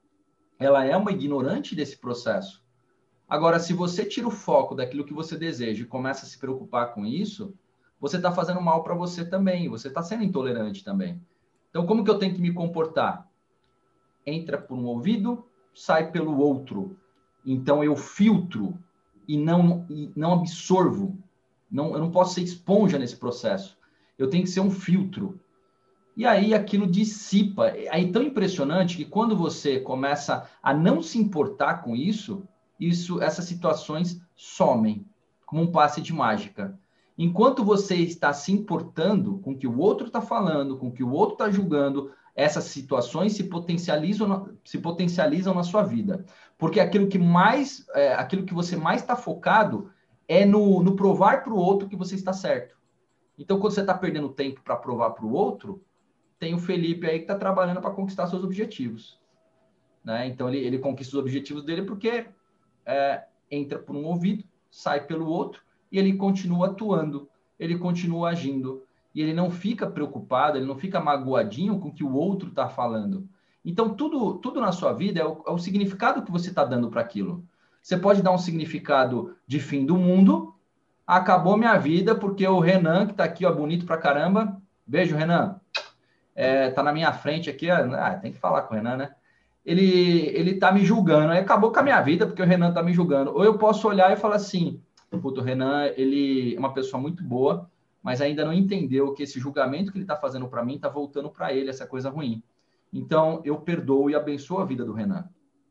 ela é uma ignorante desse processo. Agora, se você tira o foco daquilo que você deseja e começa a se preocupar com isso, você está fazendo mal para você também, você está sendo intolerante também. Então, como que eu tenho que me comportar? Entra por um ouvido, sai pelo outro. Então, eu filtro e não absorvo. Eu não posso ser esponja nesse processo. Eu tenho que ser um filtro. E aí aquilo dissipa. É tão impressionante que quando você começa a não se importar com isso, essas situações somem, como um passe de mágica. Enquanto você está se importando com o que o outro está falando, com o que o outro está julgando, essas situações se potencializam na sua vida. Porque aquilo que você mais está focado é no provar para o outro que você está certo. Então, quando você está perdendo tempo para provar para o outro, tem o Felipe aí que está trabalhando para conquistar seus objetivos. Né? Então, ele conquista os objetivos dele porque entra por um ouvido, sai pelo outro, e ele continua atuando, ele continua agindo. E ele não fica preocupado, ele não fica magoadinho com o que o outro está falando. Então, tudo na sua vida é o significado que você está dando para aquilo. Você pode dar um significado de fim do mundo, acabou minha vida, porque o Renan, que está aqui, ó, bonito pra caramba, beijo, Renan, tá na minha frente aqui, tem que falar com o Renan, né? Ele tá me julgando, aí acabou com a minha vida, porque o Renan tá me julgando. Ou eu posso olhar e falar assim, puto, o Renan, ele é uma pessoa muito boa, mas ainda não entendeu que esse julgamento que ele tá fazendo para mim tá voltando para ele, essa coisa ruim. Então, eu perdoo e abençoo a vida do Renan.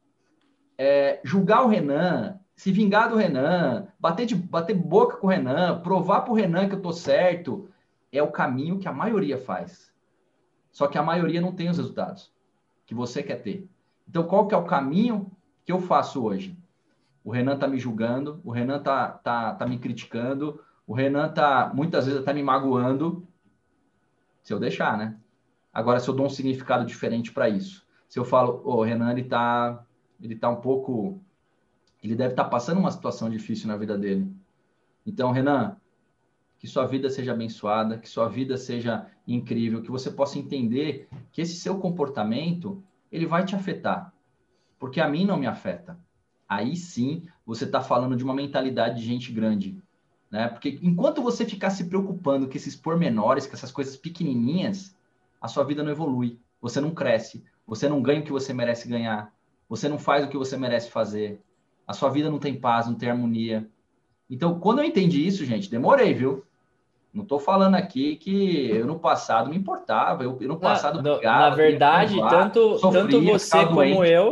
Julgar o Renan, se vingar do Renan, bater boca com o Renan, provar pro Renan que eu tô certo, é o caminho que a maioria faz. Só que a maioria não tem os resultados que você quer ter. Então, qual que é o caminho que eu faço hoje? O Renan tá me julgando, o Renan tá me criticando, o Renan muitas vezes tá me magoando, se eu deixar, né? Agora, se eu dou um significado diferente para isso, se eu falo, o Renan, ele tá um pouco, ele deve estar passando uma situação difícil na vida dele. Então, Renan, que sua vida seja abençoada, que sua vida seja incrível, que você possa entender que esse seu comportamento, ele vai te afetar, porque a mim não me afeta. Aí sim, você está falando de uma mentalidade de gente grande, né? Porque enquanto você ficar se preocupando com esses pormenores, com essas coisas pequenininhas, a sua vida não evolui, você não cresce, você não ganha o que você merece ganhar, você não faz o que você merece fazer, a sua vida não tem paz, não tem harmonia. Então, quando eu entendi isso, gente, demorei, viu? Não estou falando aqui que eu no passado me importava, eu no passado Na brigava, queria verdade, provar, tanto sofria, você ficava como doente.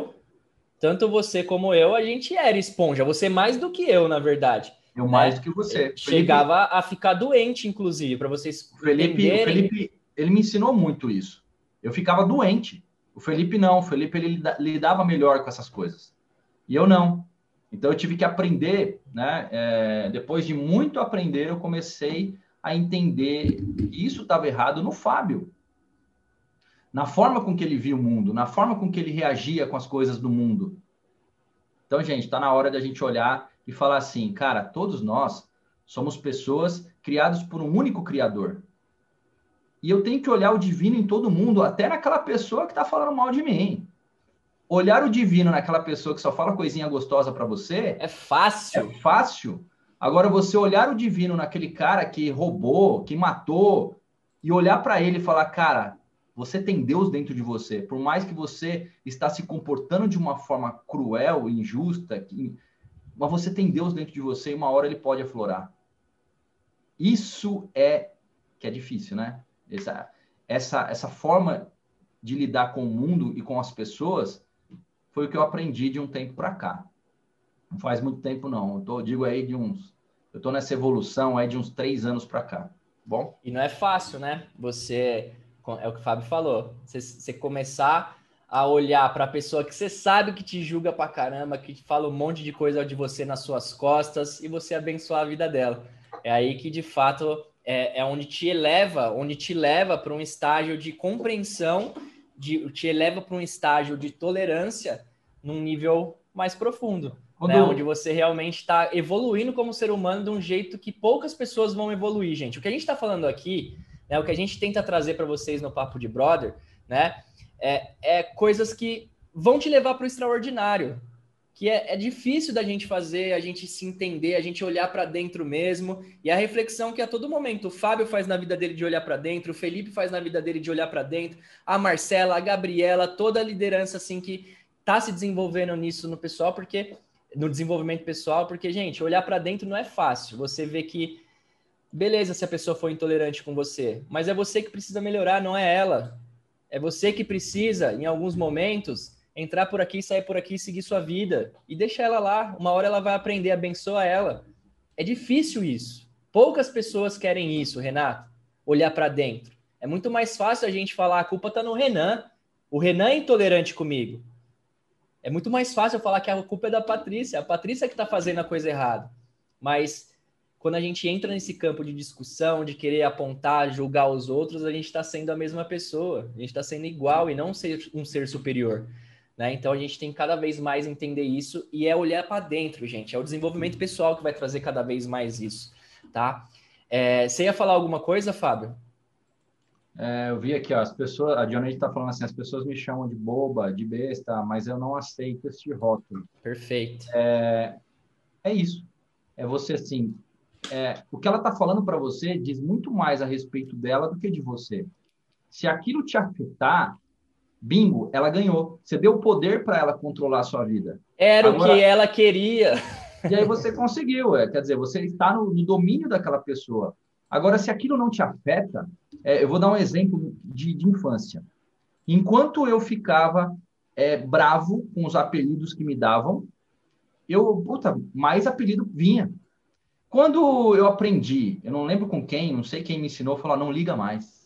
eu, a gente era esponja. Você mais do que eu, na verdade, Eu mais do né? que você. Felipe, Chegava a ficar doente, inclusive, para vocês O entenderem. Felipe, ele me ensinou muito isso. Eu ficava doente. O Felipe não, o Felipe ele lidava melhor com essas coisas. E eu não. Então eu tive que aprender, né? Depois de muito aprender, eu comecei a entender que isso estava errado no Fábio, na forma com que ele via o mundo, na forma com que ele reagia com as coisas do mundo. Então, gente, está na hora da gente olhar e falar assim, cara, todos nós somos pessoas criadas por um único Criador. E eu tenho que olhar o divino em todo mundo, até naquela pessoa que está falando mal de mim. Olhar o divino naquela pessoa que só fala coisinha gostosa para você É é fácil. fácil. Agora, você olhar o divino naquele cara que roubou, que matou, e olhar para ele e falar, cara, você tem Deus dentro de você. Por mais que você está se comportando de uma forma cruel, injusta, mas você tem Deus dentro de você e uma hora ele pode aflorar. Isso é que é difícil, né? Essa forma de lidar com o mundo e com as pessoas foi o que eu aprendi de um tempo para cá. Não faz muito tempo, não. Digo aí eu estou nessa evolução aí de uns 3 anos para cá. Bom? E não é fácil, né? É o que o Fábio falou, você começar a olhar para a pessoa que você sabe que te julga pra caramba, que fala um monte de coisa de você nas suas costas e você abençoar a vida dela. É aí que, de fato, é onde te leva para um estágio de compreensão, te eleva para um estágio de tolerância num nível mais profundo. Né, onde você realmente está evoluindo como ser humano de um jeito que poucas pessoas vão evoluir, gente. O que a gente está falando aqui, né, o que a gente tenta trazer para vocês no Papo de Brother, né, é coisas que vão te levar para o extraordinário, que é difícil da gente fazer, a gente se entender, a gente olhar para dentro mesmo, e a reflexão que a todo momento o Fábio faz na vida dele de olhar para dentro, o Felipe faz na vida dele de olhar para dentro, a Marcela, a Gabriela, toda a liderança assim que está se desenvolvendo nisso no pessoal, porque no desenvolvimento pessoal, porque, gente, olhar para dentro não é fácil. Você vê que, beleza, se a pessoa for intolerante com você, mas é você que precisa melhorar, não é ela. É você que precisa, em alguns momentos, entrar por aqui, sair por aqui, seguir sua vida e deixar ela lá. Uma hora ela vai aprender, abençoa ela. É difícil isso. Poucas pessoas querem isso, Renato, olhar para dentro. É muito mais fácil a gente falar, a culpa está no Renan. O Renan é intolerante comigo. É muito mais fácil eu falar que a culpa é da Patrícia. A Patrícia que está fazendo a coisa errada. Mas quando a gente entra nesse campo de discussão, de querer apontar, julgar os outros, a gente está sendo a mesma pessoa. A gente está sendo igual e não um ser superior. Né? Então a gente tem que cada vez mais entender isso e é olhar para dentro, gente. É o desenvolvimento pessoal que vai trazer cada vez mais isso. Tá? Você ia falar alguma coisa, Fábio? Eu vi aqui, ó, a Dionete está falando assim, as pessoas me chamam de boba, de besta, mas eu não aceito esse rótulo. Perfeito. É isso. É você, assim, o que ela está falando para você diz muito mais a respeito dela do que de você. Se aquilo te afetar, bingo, ela ganhou. Você deu poder para ela controlar a sua vida. Era o que Agora, ela queria. e aí você conseguiu, quer dizer, você está no domínio daquela pessoa. Agora, se aquilo não te afeta, eu vou dar um exemplo de infância. Enquanto eu ficava bravo com os apelidos que me davam, mais apelido vinha. Quando eu aprendi, eu não lembro com quem, não sei quem me ensinou, falou, não liga mais.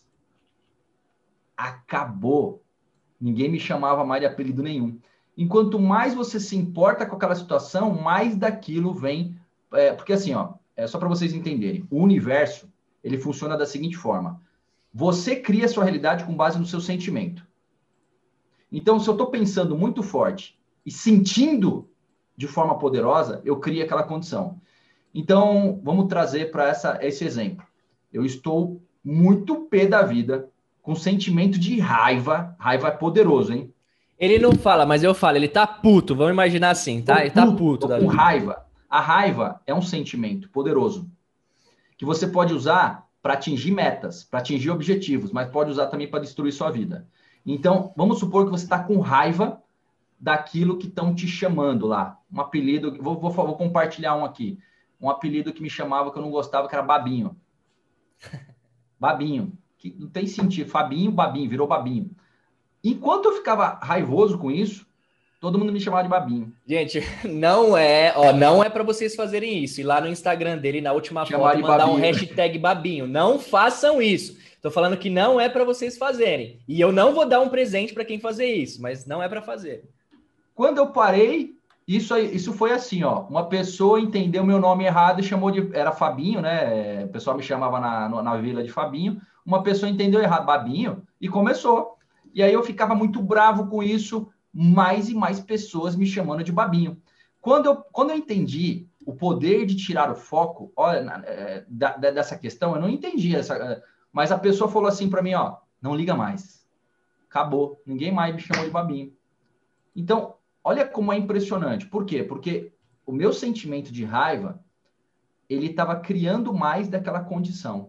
Acabou. Ninguém me chamava mais de apelido nenhum. Enquanto mais você se importa com aquela situação, mais daquilo vem. Porque assim, ó, é só para vocês entenderem. O universo, ele funciona da seguinte forma. Você cria a sua realidade com base no seu sentimento. Então, se eu estou pensando muito forte e sentindo de forma poderosa, eu crio aquela condição. Então, vamos trazer para esse exemplo. Eu estou muito pé da vida, com sentimento de raiva. Raiva é poderoso, hein? Ele não fala, mas eu falo, ele tá puto, vamos imaginar assim, tá? Tô Ele tá puto, puto tô da com vida. raiva. A raiva é um sentimento poderoso que você pode usar para atingir metas, para atingir objetivos, mas pode usar também para destruir sua vida. Então, vamos supor que você está com raiva daquilo que estão te chamando lá. Um apelido, vou compartilhar um aqui. Um apelido que me chamava que eu não gostava, que era Babinho. Babinho. Que não tem sentido. Fabinho, Babinho, virou Babinho. Enquanto eu ficava raivoso com isso, todo mundo me chamava de Babinho. Gente, não é para vocês fazerem isso. Ir lá no Instagram dele, na última Chamar foto, de mandar um Babinho. hashtag babinho. Não façam isso. Tô falando que não é para vocês fazerem. E eu não vou dar um presente para quem fazer isso, mas não é para fazer. Quando eu parei, isso foi assim, ó. Uma pessoa entendeu meu nome errado e chamou de. Era Fabinho, né? O pessoal me chamava na vila de Fabinho. Uma pessoa entendeu errado, Babinho, e começou. E aí eu ficava muito bravo com isso, mais e mais pessoas me chamando de Babinho. Quando eu entendi o poder de tirar o foco, olha, dessa questão, eu não entendi essa. Mas a pessoa falou assim para mim, ó, não liga mais. Acabou. Ninguém mais me chamou de Babinho. Então, olha como é impressionante. Por quê? Porque o meu sentimento de raiva, ele estava criando mais daquela condição.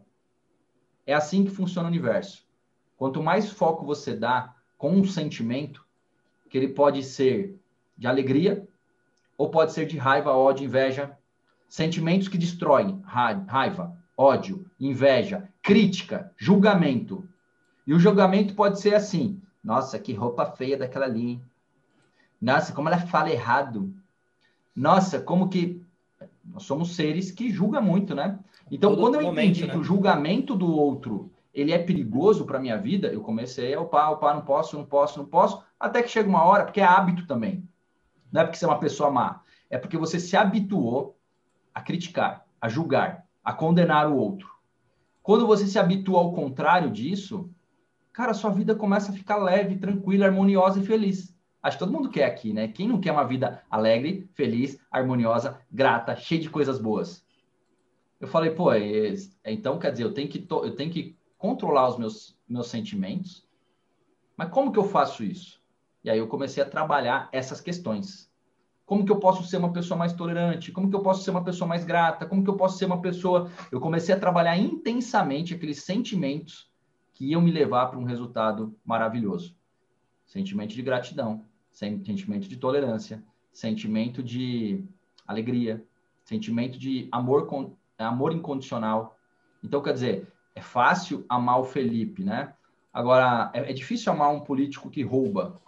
É assim que funciona o universo. Quanto mais foco você dá com um sentimento, que ele pode ser de alegria, ou pode ser de raiva, ódio, inveja, sentimentos que destroem raiva, ódio, inveja, crítica, julgamento. E o julgamento pode ser assim: nossa, que roupa feia daquela ali. Nossa, como ela fala errado. Nossa, como que nós somos seres que julgam muito, né? Então, Todo quando eu momento, entendi que né? o julgamento do outro ele é perigoso para minha vida, eu comecei a opar, não posso, não posso, não posso, até que chega uma hora, porque é hábito também. Não é porque você é uma pessoa má, é porque você se habituou a criticar, a julgar, a condenar o outro. Quando você se habitua ao contrário disso, cara, sua vida começa a ficar leve, tranquila, harmoniosa e feliz. Acho que todo mundo quer aqui, né? Quem não quer uma vida alegre, feliz, harmoniosa, grata, cheia de coisas boas? Eu falei, pô, então quer dizer, eu tenho que controlar os meus sentimentos, mas como que eu faço isso? E aí eu comecei a trabalhar essas questões. Como que eu posso ser uma pessoa mais tolerante? Como que eu posso ser uma pessoa mais grata? Como que eu posso ser uma pessoa... Eu comecei a trabalhar intensamente aqueles sentimentos que iam me levar para um resultado maravilhoso. Sentimento de gratidão, sentimento de tolerância, sentimento de alegria, sentimento de amor incondicional. Então, quer dizer, é fácil amar o Felipe, né? Agora, é difícil amar um político que rouba.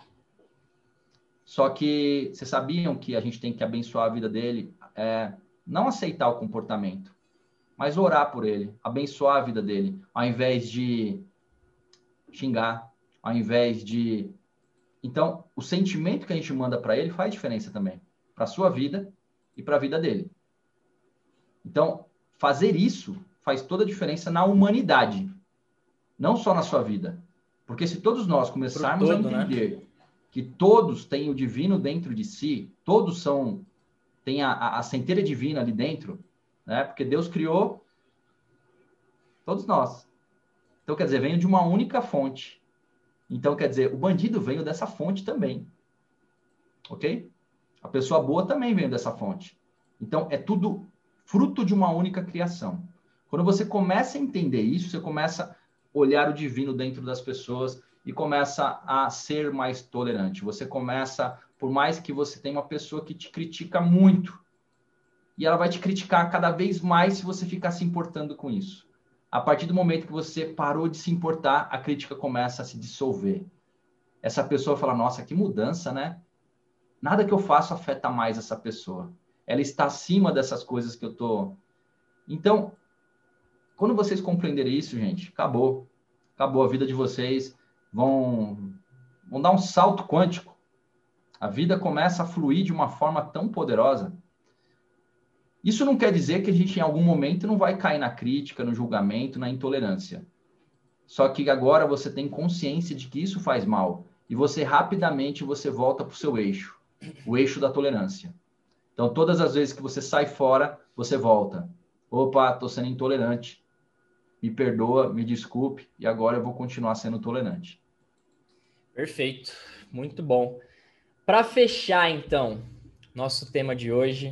Só que vocês sabiam que a gente tem que abençoar a vida dele, não aceitar o comportamento, mas orar por ele, abençoar a vida dele, ao invés de xingar, ao invés de... Então, o sentimento que a gente manda para ele faz diferença também, para a sua vida e para a vida dele. Então, fazer isso faz toda a diferença na humanidade, não só na sua vida. Porque se todos nós começarmos a entender que todos têm o divino dentro de si, todos têm a centelha divina ali dentro, né? Porque Deus criou todos nós. Então, quer dizer, veio de uma única fonte. Então, quer dizer, o bandido veio dessa fonte também. Ok? A pessoa boa também veio dessa fonte. Então, é tudo fruto de uma única criação. Quando você começa a entender isso, você começa a olhar o divino dentro das pessoas e começa a ser mais tolerante. Você começa, por mais que você tenha uma pessoa que te critica muito, e ela vai te criticar cada vez mais se você ficar se importando com isso. A partir do momento que você parou de se importar, a crítica começa a se dissolver. Essa pessoa fala, nossa, que mudança, né? Nada que eu faço afeta mais essa pessoa. Ela está acima dessas coisas que eu tô... Então, quando vocês compreenderem isso, gente, acabou. Acabou a vida de vocês. Vão dar um salto quântico. A vida começa a fluir de uma forma tão poderosa. Isso não quer dizer que a gente, em algum momento, não vai cair na crítica, no julgamento, na intolerância. Só que agora você tem consciência de que isso faz mal. E você, rapidamente, você volta para o seu eixo. O eixo da tolerância. Então, todas as vezes que você sai fora, você volta. Opa, estou sendo intolerante. Me perdoa, me desculpe, e agora eu vou continuar sendo tolerante. Perfeito, muito bom. Para fechar, então, nosso tema de hoje,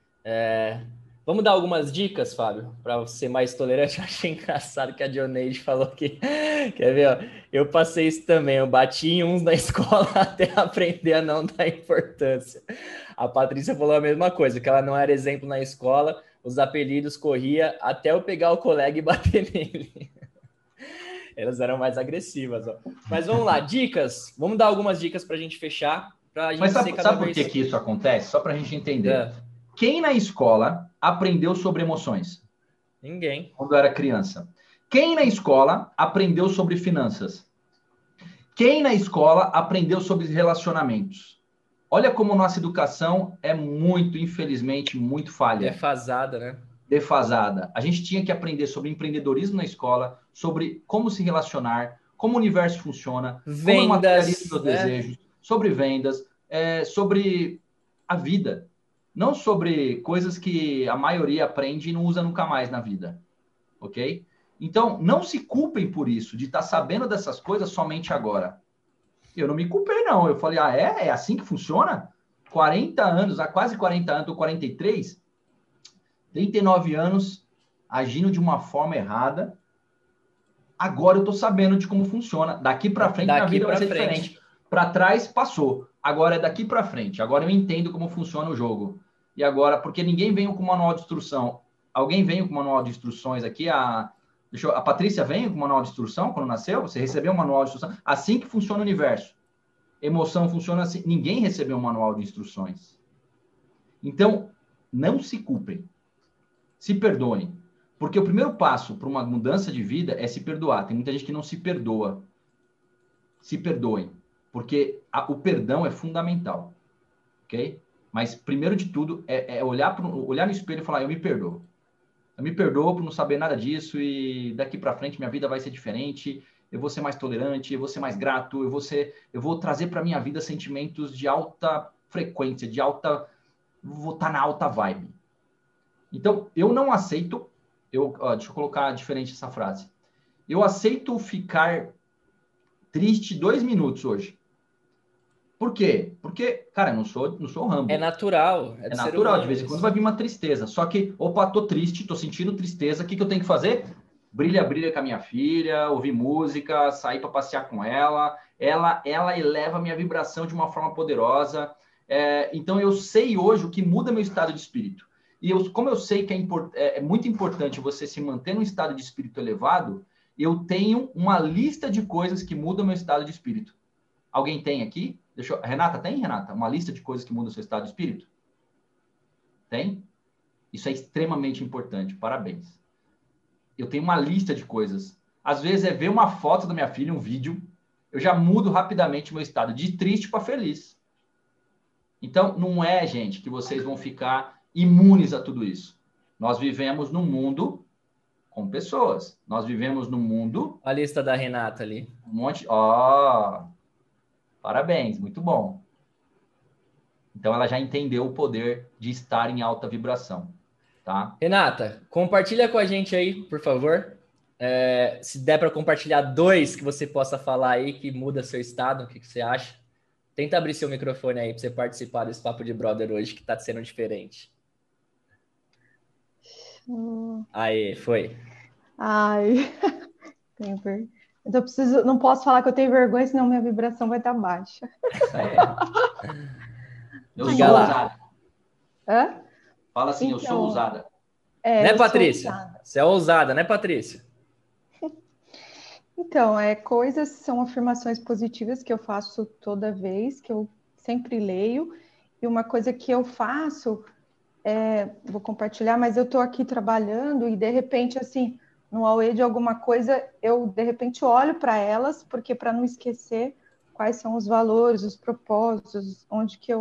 vamos dar algumas dicas, Fábio, para ser mais tolerante. Eu achei engraçado que a Dioneide falou que, quer ver, ó, eu passei isso também, eu bati em uns na escola até aprender a não dar importância. A Patrícia falou a mesma coisa, que ela não era exemplo na escola, os apelidos corria até eu pegar o colega e bater nele. Elas eram mais agressivas, ó. Mas vamos lá, dicas. Vamos dar algumas dicas para a gente fechar, para a gente Mas ser cada sabe por vez... que isso acontece? Só para a gente entender. Quem na escola aprendeu sobre emoções? Ninguém. Quando era criança. Quem na escola aprendeu sobre finanças? Quem na escola aprendeu sobre relacionamentos? Olha como nossa educação é muito, infelizmente, muito falha. Defasada, né? Defasada. A gente tinha que aprender sobre empreendedorismo na escola, sobre como se relacionar, como o universo funciona, como eu materializo meus desejos, sobre vendas, sobre a vida. Não sobre coisas que a maioria aprende e não usa nunca mais na vida. Ok? Então, não se culpem por isso, de estar sabendo dessas coisas somente agora. Eu não me culpei, não. Eu falei, é assim que funciona? 40 anos, há quase 40 anos, estou 43, 39 anos, agindo de uma forma errada. Agora eu estou sabendo de como funciona. Daqui para frente, minha vida vai ser diferente. Para trás, passou. Agora é daqui para frente. Agora eu entendo como funciona o jogo. E agora, porque ninguém veio com manual de instrução. Alguém veio com manual de instruções aqui? A Patrícia veio com manual de instrução quando nasceu? Você recebeu um manual de instrução? Assim que funciona o universo. Emoção funciona assim. Ninguém recebeu um manual de instruções. Então, não se culpem. Se perdoem. Porque o primeiro passo para uma mudança de vida é se perdoar. Tem muita gente que não se perdoa. Se perdoem. Porque o perdão é fundamental. Ok? Mas, primeiro de tudo, é olhar no espelho e falar, eu me perdoo. Eu me perdoo por não saber nada disso e daqui para frente minha vida vai ser diferente, eu vou ser mais tolerante, eu vou ser mais grato, eu vou trazer para minha vida sentimentos de alta frequência, vou estar na alta vibe. Então, eu não aceito, deixa eu colocar diferente essa frase. Eu aceito ficar triste 2 minutos hoje. Por quê? Porque, cara, eu não sou Rambo. É natural. É natural, de vez em quando vai vir uma tristeza. Só que, opa, tô triste, tô sentindo tristeza. O que eu tenho que fazer? Brilha com a minha filha, ouvir música, sair para passear com ela. Ela eleva a minha vibração de uma forma poderosa. Então, eu sei hoje o que muda meu estado de espírito. E como eu sei que é muito importante você se manter num estado de espírito elevado, eu tenho uma lista de coisas que mudam meu estado de espírito. Alguém tem aqui? Renata, tem, Renata? Uma lista de coisas que mudam o seu estado de espírito? Tem? Isso é extremamente importante. Parabéns. Eu tenho uma lista de coisas. Às vezes é ver uma foto da minha filha, um vídeo, eu já mudo rapidamente o meu estado de triste para feliz. Então, não é, gente, que vocês vão ficar imunes a tudo isso. Nós vivemos num mundo com pessoas. Nós vivemos num mundo... A lista da Renata ali. Um monte... Parabéns, muito bom. Então, ela já entendeu o poder de estar em alta vibração, tá? Renata, compartilha com a gente aí, por favor. Se der para compartilhar 2 que você possa falar aí que muda seu estado, o que você acha? Tenta abrir seu microfone aí para você participar desse Papo de Brother hoje, que tá sendo diferente. Aí, foi. Ai, então não posso falar que eu tenho vergonha, senão minha vibração vai estar baixa. Eu sou ousada. Hã? Fala assim, então, eu sou ousada. Né, Patrícia? Você é ousada, né, Patrícia? Então, coisas são afirmações positivas que eu faço toda vez, que eu sempre leio. E uma coisa que eu faço vou compartilhar, mas eu estou aqui trabalhando e de repente, assim, no AUE de alguma coisa, eu de repente olho para elas, porque para não esquecer quais são os valores, os propósitos, onde que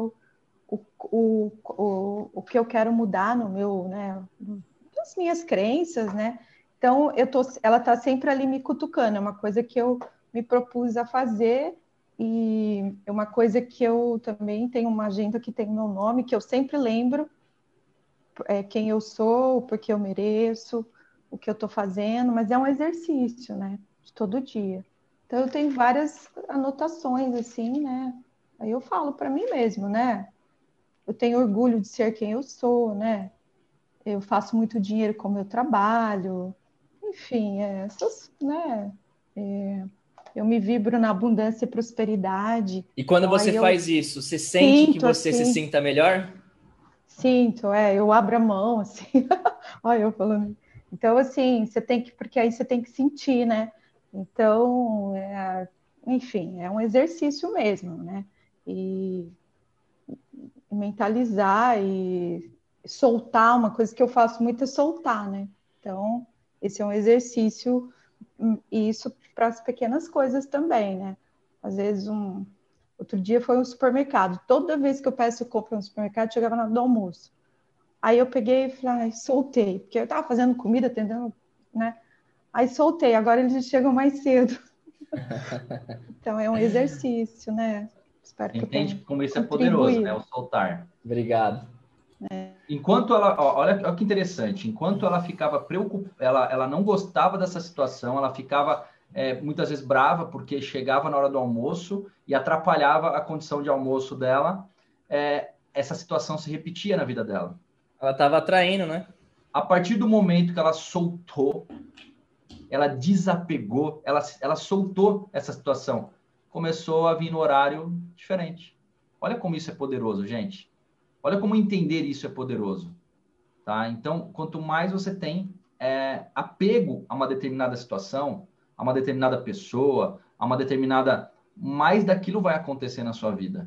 o que eu quero mudar no meu, né, nas minhas crenças, né? Então, ela está sempre ali me cutucando, é uma coisa que eu me propus a fazer e é uma coisa que eu também tenho uma agenda que tem meu nome, que eu sempre lembro quem eu sou, porque eu mereço, o que eu estou fazendo, mas é um exercício, né? De todo dia. Então, eu tenho várias anotações, assim, né? Aí eu falo para mim mesmo, né? Eu tenho orgulho de ser quem eu sou, né? Eu faço muito dinheiro com o meu trabalho, enfim, essas, né? Eu me vibro na abundância e prosperidade. E quando Então, você aí eu faz isso, você sente que sinto, você se assim, sinta melhor? sinto, eu abro a mão, assim, olha eu falando. Então, assim, porque aí você tem que sentir, né? Então, enfim, é um exercício mesmo, né? E mentalizar e soltar, uma coisa que eu faço muito é soltar, né? Então, esse é um exercício, e isso para as pequenas coisas também, né? Às vezes, outro dia foi um supermercado. Toda vez que eu peço compra no supermercado, chegava na hora do almoço. Aí eu peguei e falei, soltei, porque eu estava fazendo comida, tentando, né? Aí soltei, agora eles chegam mais cedo. Então é um exercício, né? Espero que eu Entende tenha como isso é poderoso, né? contribuído. O soltar. Obrigado. Enquanto ela, olha que interessante, enquanto ela ficava preocupada, ela não gostava dessa situação, ela ficava muitas vezes brava porque chegava na hora do almoço e atrapalhava a condição de almoço dela, essa situação se repetia na vida dela. Ela estava atraindo, né? A partir do momento que ela soltou, ela desapegou, ela soltou essa situação, começou a vir no horário diferente. Olha como isso é poderoso, gente. Olha como entender isso é poderoso. Tá? Então, quanto mais você tem apego a uma determinada situação, a uma determinada pessoa, a uma determinada... mais daquilo vai acontecer na sua vida.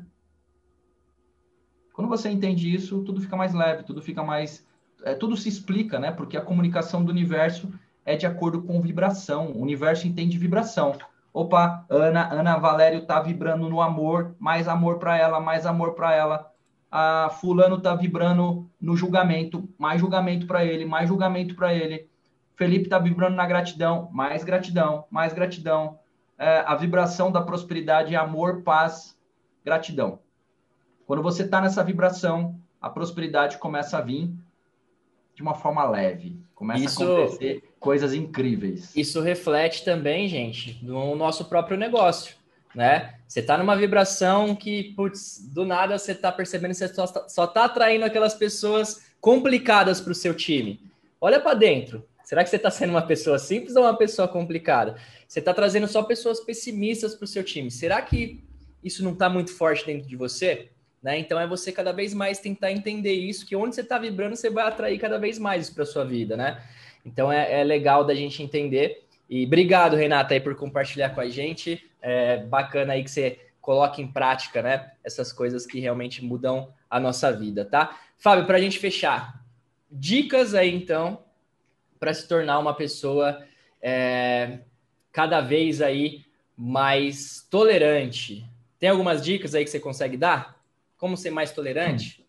Quando você entende isso, tudo fica mais leve, tudo fica mais... tudo se explica, né? Porque a comunicação do universo é de acordo com vibração. O universo entende vibração. Opa, Ana Valério tá vibrando no amor, mais amor para ela, mais amor para ela. A fulano tá vibrando no julgamento, mais julgamento para ele, mais julgamento para ele. Felipe tá vibrando na gratidão, mais gratidão, mais gratidão. A vibração da prosperidade é amor, paz, gratidão. Quando você está nessa vibração, a prosperidade começa a vir de uma forma leve. Começa a acontecer coisas incríveis. Isso reflete também, gente, no nosso próprio negócio, né? Você está numa vibração que, putz, do nada você está percebendo que você só está atraindo aquelas pessoas complicadas para o seu time. Olha para dentro. Será que você está sendo uma pessoa simples ou uma pessoa complicada? Você está trazendo só pessoas pessimistas para o seu time. Será que isso não está muito forte dentro de você? Né? Então é você cada vez mais tentar entender isso, que onde você está vibrando, você vai atrair cada vez mais isso para a sua vida, né? Então é legal da gente entender. E obrigado, Renata, aí por compartilhar com a gente. É bacana aí que você coloca em prática, né? Essas coisas que realmente mudam a nossa vida, tá? Fábio, para a gente fechar, dicas aí, então, para se tornar uma pessoa cada vez aí mais tolerante. Tem algumas dicas aí que você consegue dar? Como ser mais tolerante?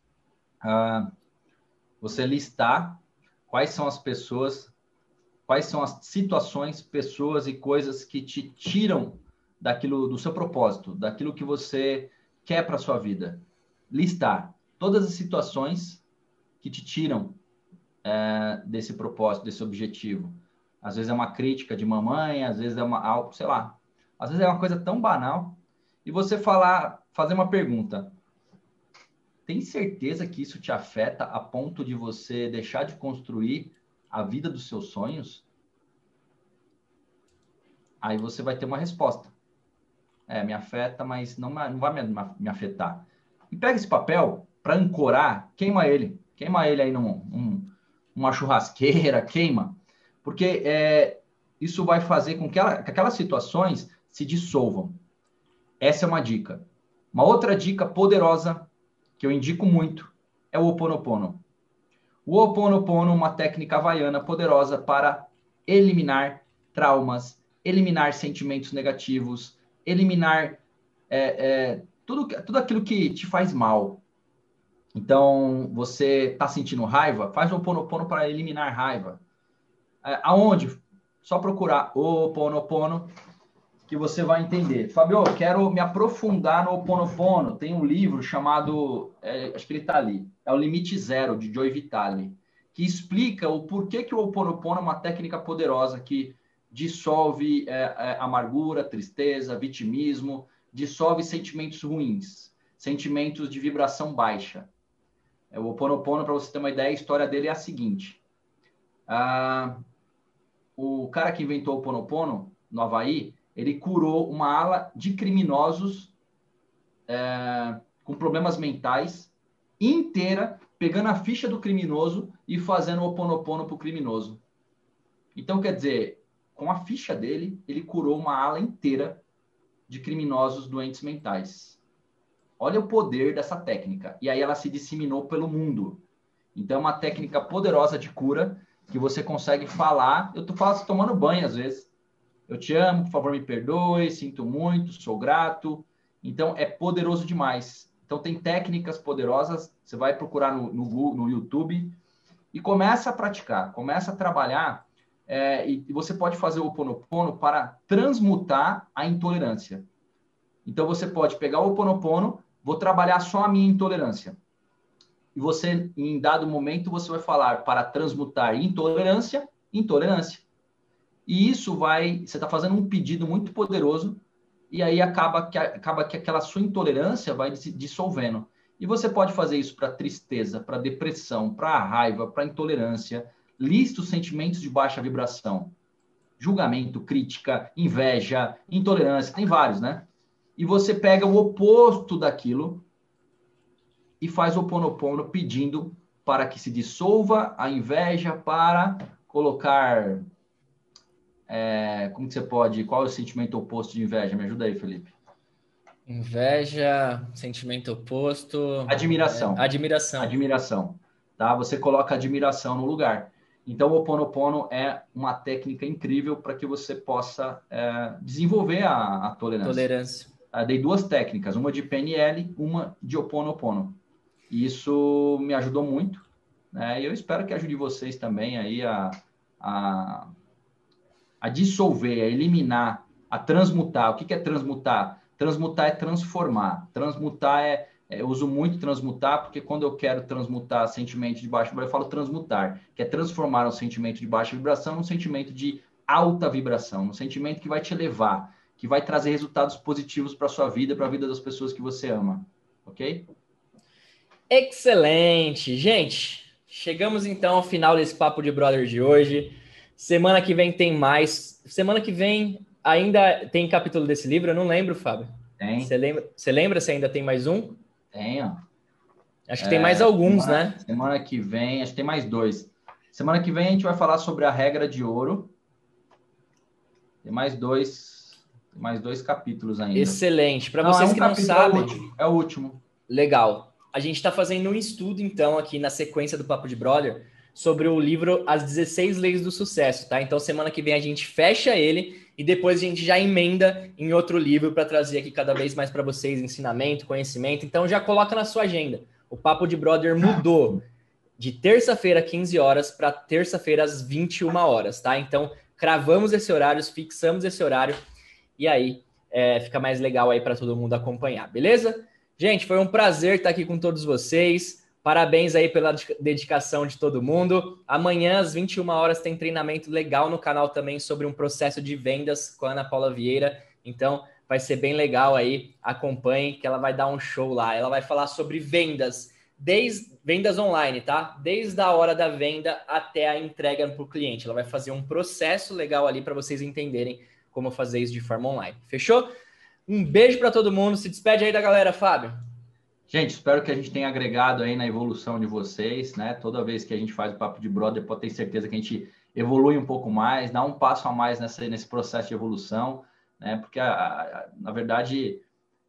Você listar quais são as pessoas, quais são as situações, pessoas e coisas que te tiram daquilo, do seu propósito, daquilo que você quer para sua vida. Listar todas as situações que te tiram desse propósito, desse objetivo. Às vezes é uma crítica de mamãe, às vezes é algo, sei lá, às vezes é uma coisa tão banal. E você fazer uma pergunta: tem certeza que isso te afeta a ponto de você deixar de construir a vida dos seus sonhos? Aí você vai ter uma resposta. Me afeta, mas não vai me afetar. E pega esse papel para ancorar, queima ele aí numa churrasqueira, queima. Porque isso vai fazer com que aquelas situações se dissolvam. Essa é uma dica. Uma outra dica poderosa que eu indico muito é o Ho Oponopono. O Ho Oponopono é uma técnica havaiana poderosa para eliminar traumas, eliminar sentimentos negativos, eliminar tudo aquilo que te faz mal. Então, você está sentindo raiva? Faz o Ho Oponopono para eliminar raiva. Aonde? Só procurar Ho Oponopono que você vai entender. Fabio, eu quero me aprofundar no Ho Oponopono. Tem um livro chamado, acho que ele está ali, é o Limite Zero, de Joe Vitale, que explica o porquê que o Ho Oponopono é uma técnica poderosa que dissolve amargura, tristeza, vitimismo, dissolve sentimentos ruins, sentimentos de vibração baixa. O Ho Oponopono, para você ter uma ideia, a história dele é a seguinte. O cara que inventou o Ho Oponopono, no Havaí, ele curou uma ala de criminosos com problemas mentais inteira, pegando a ficha do criminoso e fazendo o Ho Oponopono para o criminoso. Então, quer dizer, com a ficha dele, ele curou uma ala inteira de criminosos doentes mentais. Olha o poder dessa técnica. E aí ela se disseminou pelo mundo. Então, é uma técnica poderosa de cura que você consegue falar. Eu estou tomando banho às vezes. Eu te amo, por favor, me perdoe, sinto muito, sou grato. Então, é poderoso demais. Então, tem técnicas poderosas. Você vai procurar no YouTube e começa a praticar, começa a trabalhar. E você pode fazer o Ho Oponopono para transmutar a intolerância. Então, você pode pegar o Ho Oponopono, vou trabalhar só a minha intolerância. E você, em dado momento, você vai falar para transmutar intolerância, intolerância. E isso você está fazendo um pedido muito poderoso, e aí acaba que aquela sua intolerância vai se dissolvendo. E você pode fazer isso para tristeza, para depressão, para raiva, para intolerância. Lista os sentimentos de baixa vibração. Julgamento, crítica, inveja, intolerância, tem vários, né? E você pega o oposto daquilo e faz o Ho Oponopono pedindo para que se dissolva a inveja, para colocar... como que você pode... Qual é o sentimento oposto de inveja? Me ajuda aí, Felipe. Inveja, sentimento oposto... Admiração. Admiração. Admiração. Tá? Você coloca admiração no lugar. Então, o Ho Oponopono é uma técnica incrível para que você possa desenvolver a tolerância. Dei 2 técnicas, uma de PNL, uma de Ho Oponopono. E isso me ajudou muito, né? E eu espero que ajude vocês também aí a dissolver, a eliminar, a transmutar. O que é transmutar? Transmutar é transformar. Transmutar eu uso muito transmutar, porque quando eu quero transmutar sentimento de baixa vibração, eu falo transmutar, que é transformar um sentimento de baixa vibração num sentimento de alta vibração, um sentimento que vai te elevar, que vai trazer resultados positivos para a sua vida, para a vida das pessoas que você ama. Ok? Excelente! Gente, chegamos então ao final desse Papo de Brother de hoje. Semana que vem tem mais. Semana que vem ainda tem capítulo desse livro? Eu não lembro, Fábio. Tem. Você lembra se ainda tem mais um? Tenho. Acho que tem mais alguns, né? Semana que vem, acho que tem mais 2. Semana que vem a gente vai falar sobre a regra de ouro. Tem mais dois capítulos ainda. Excelente. Para vocês que não sabem... É o último. Legal. A gente está fazendo um estudo, então, aqui na sequência do Papo de Brother, sobre o livro As 16 Leis do Sucesso, tá? Então, semana que vem a gente fecha ele e depois a gente já emenda em outro livro para trazer aqui cada vez mais para vocês ensinamento, conhecimento. Então, já coloca na sua agenda. O Papo de Brother mudou de terça-feira, 15 horas, para terça-feira, às 21 horas, tá? Então, cravamos esse horário, fixamos esse horário e aí fica mais legal aí para todo mundo acompanhar, beleza? Gente, foi um prazer estar aqui com todos vocês. Parabéns aí pela dedicação de todo mundo. Amanhã, às 21 horas, tem treinamento legal no canal também sobre um processo de vendas com a Ana Paula Vieira. Então, vai ser bem legal aí. Acompanhem que ela vai dar um show lá. Ela vai falar sobre vendas, vendas online, tá? Desde a hora da venda até a entrega para o cliente. Ela vai fazer um processo legal ali para vocês entenderem como fazer isso de forma online. Fechou? Um beijo para todo mundo. Se despede aí da galera, Fábio. Gente, espero que a gente tenha agregado aí na evolução de vocês, né? Toda vez que a gente faz o Papo de Brother, pode ter certeza que a gente evolui um pouco mais, dá um passo a mais nesse processo de evolução, né? Porque, na verdade,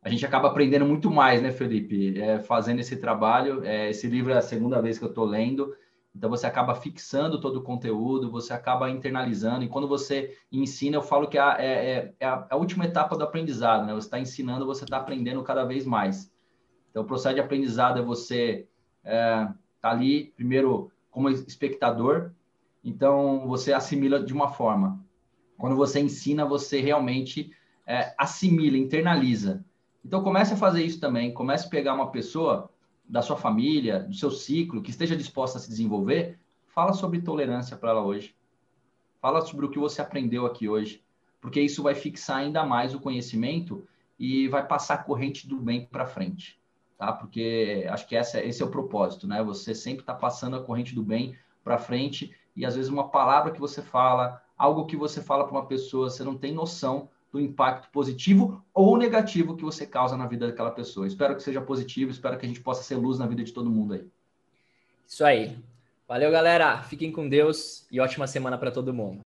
a gente acaba aprendendo muito mais, né, Felipe? Fazendo esse trabalho. Esse livro é a segunda vez que eu estou lendo. Então, você acaba fixando todo o conteúdo, você acaba internalizando. E quando você ensina, eu falo que é a última etapa do aprendizado, né? Você está ensinando, você está aprendendo cada vez mais. Então, o processo de aprendizado é você tá ali, primeiro, como espectador. Então, você assimila de uma forma. Quando você ensina, você realmente assimila, internaliza. Então, comece a fazer isso também. Comece a pegar uma pessoa da sua família, do seu ciclo, que esteja disposta a se desenvolver. Fala sobre tolerância para ela hoje. Fala sobre o que você aprendeu aqui hoje. Porque isso vai fixar ainda mais o conhecimento e vai passar a corrente do bem para frente. Tá? Porque acho que esse é o propósito, né? Você sempre está passando a corrente do bem para frente e, às vezes, uma palavra que você fala, algo que você fala para uma pessoa, você não tem noção do impacto positivo ou negativo que você causa na vida daquela pessoa. Espero que seja positivo, espero que a gente possa ser luz na vida de todo mundo aí. Isso aí. Valeu, galera. Fiquem com Deus e ótima semana para todo mundo.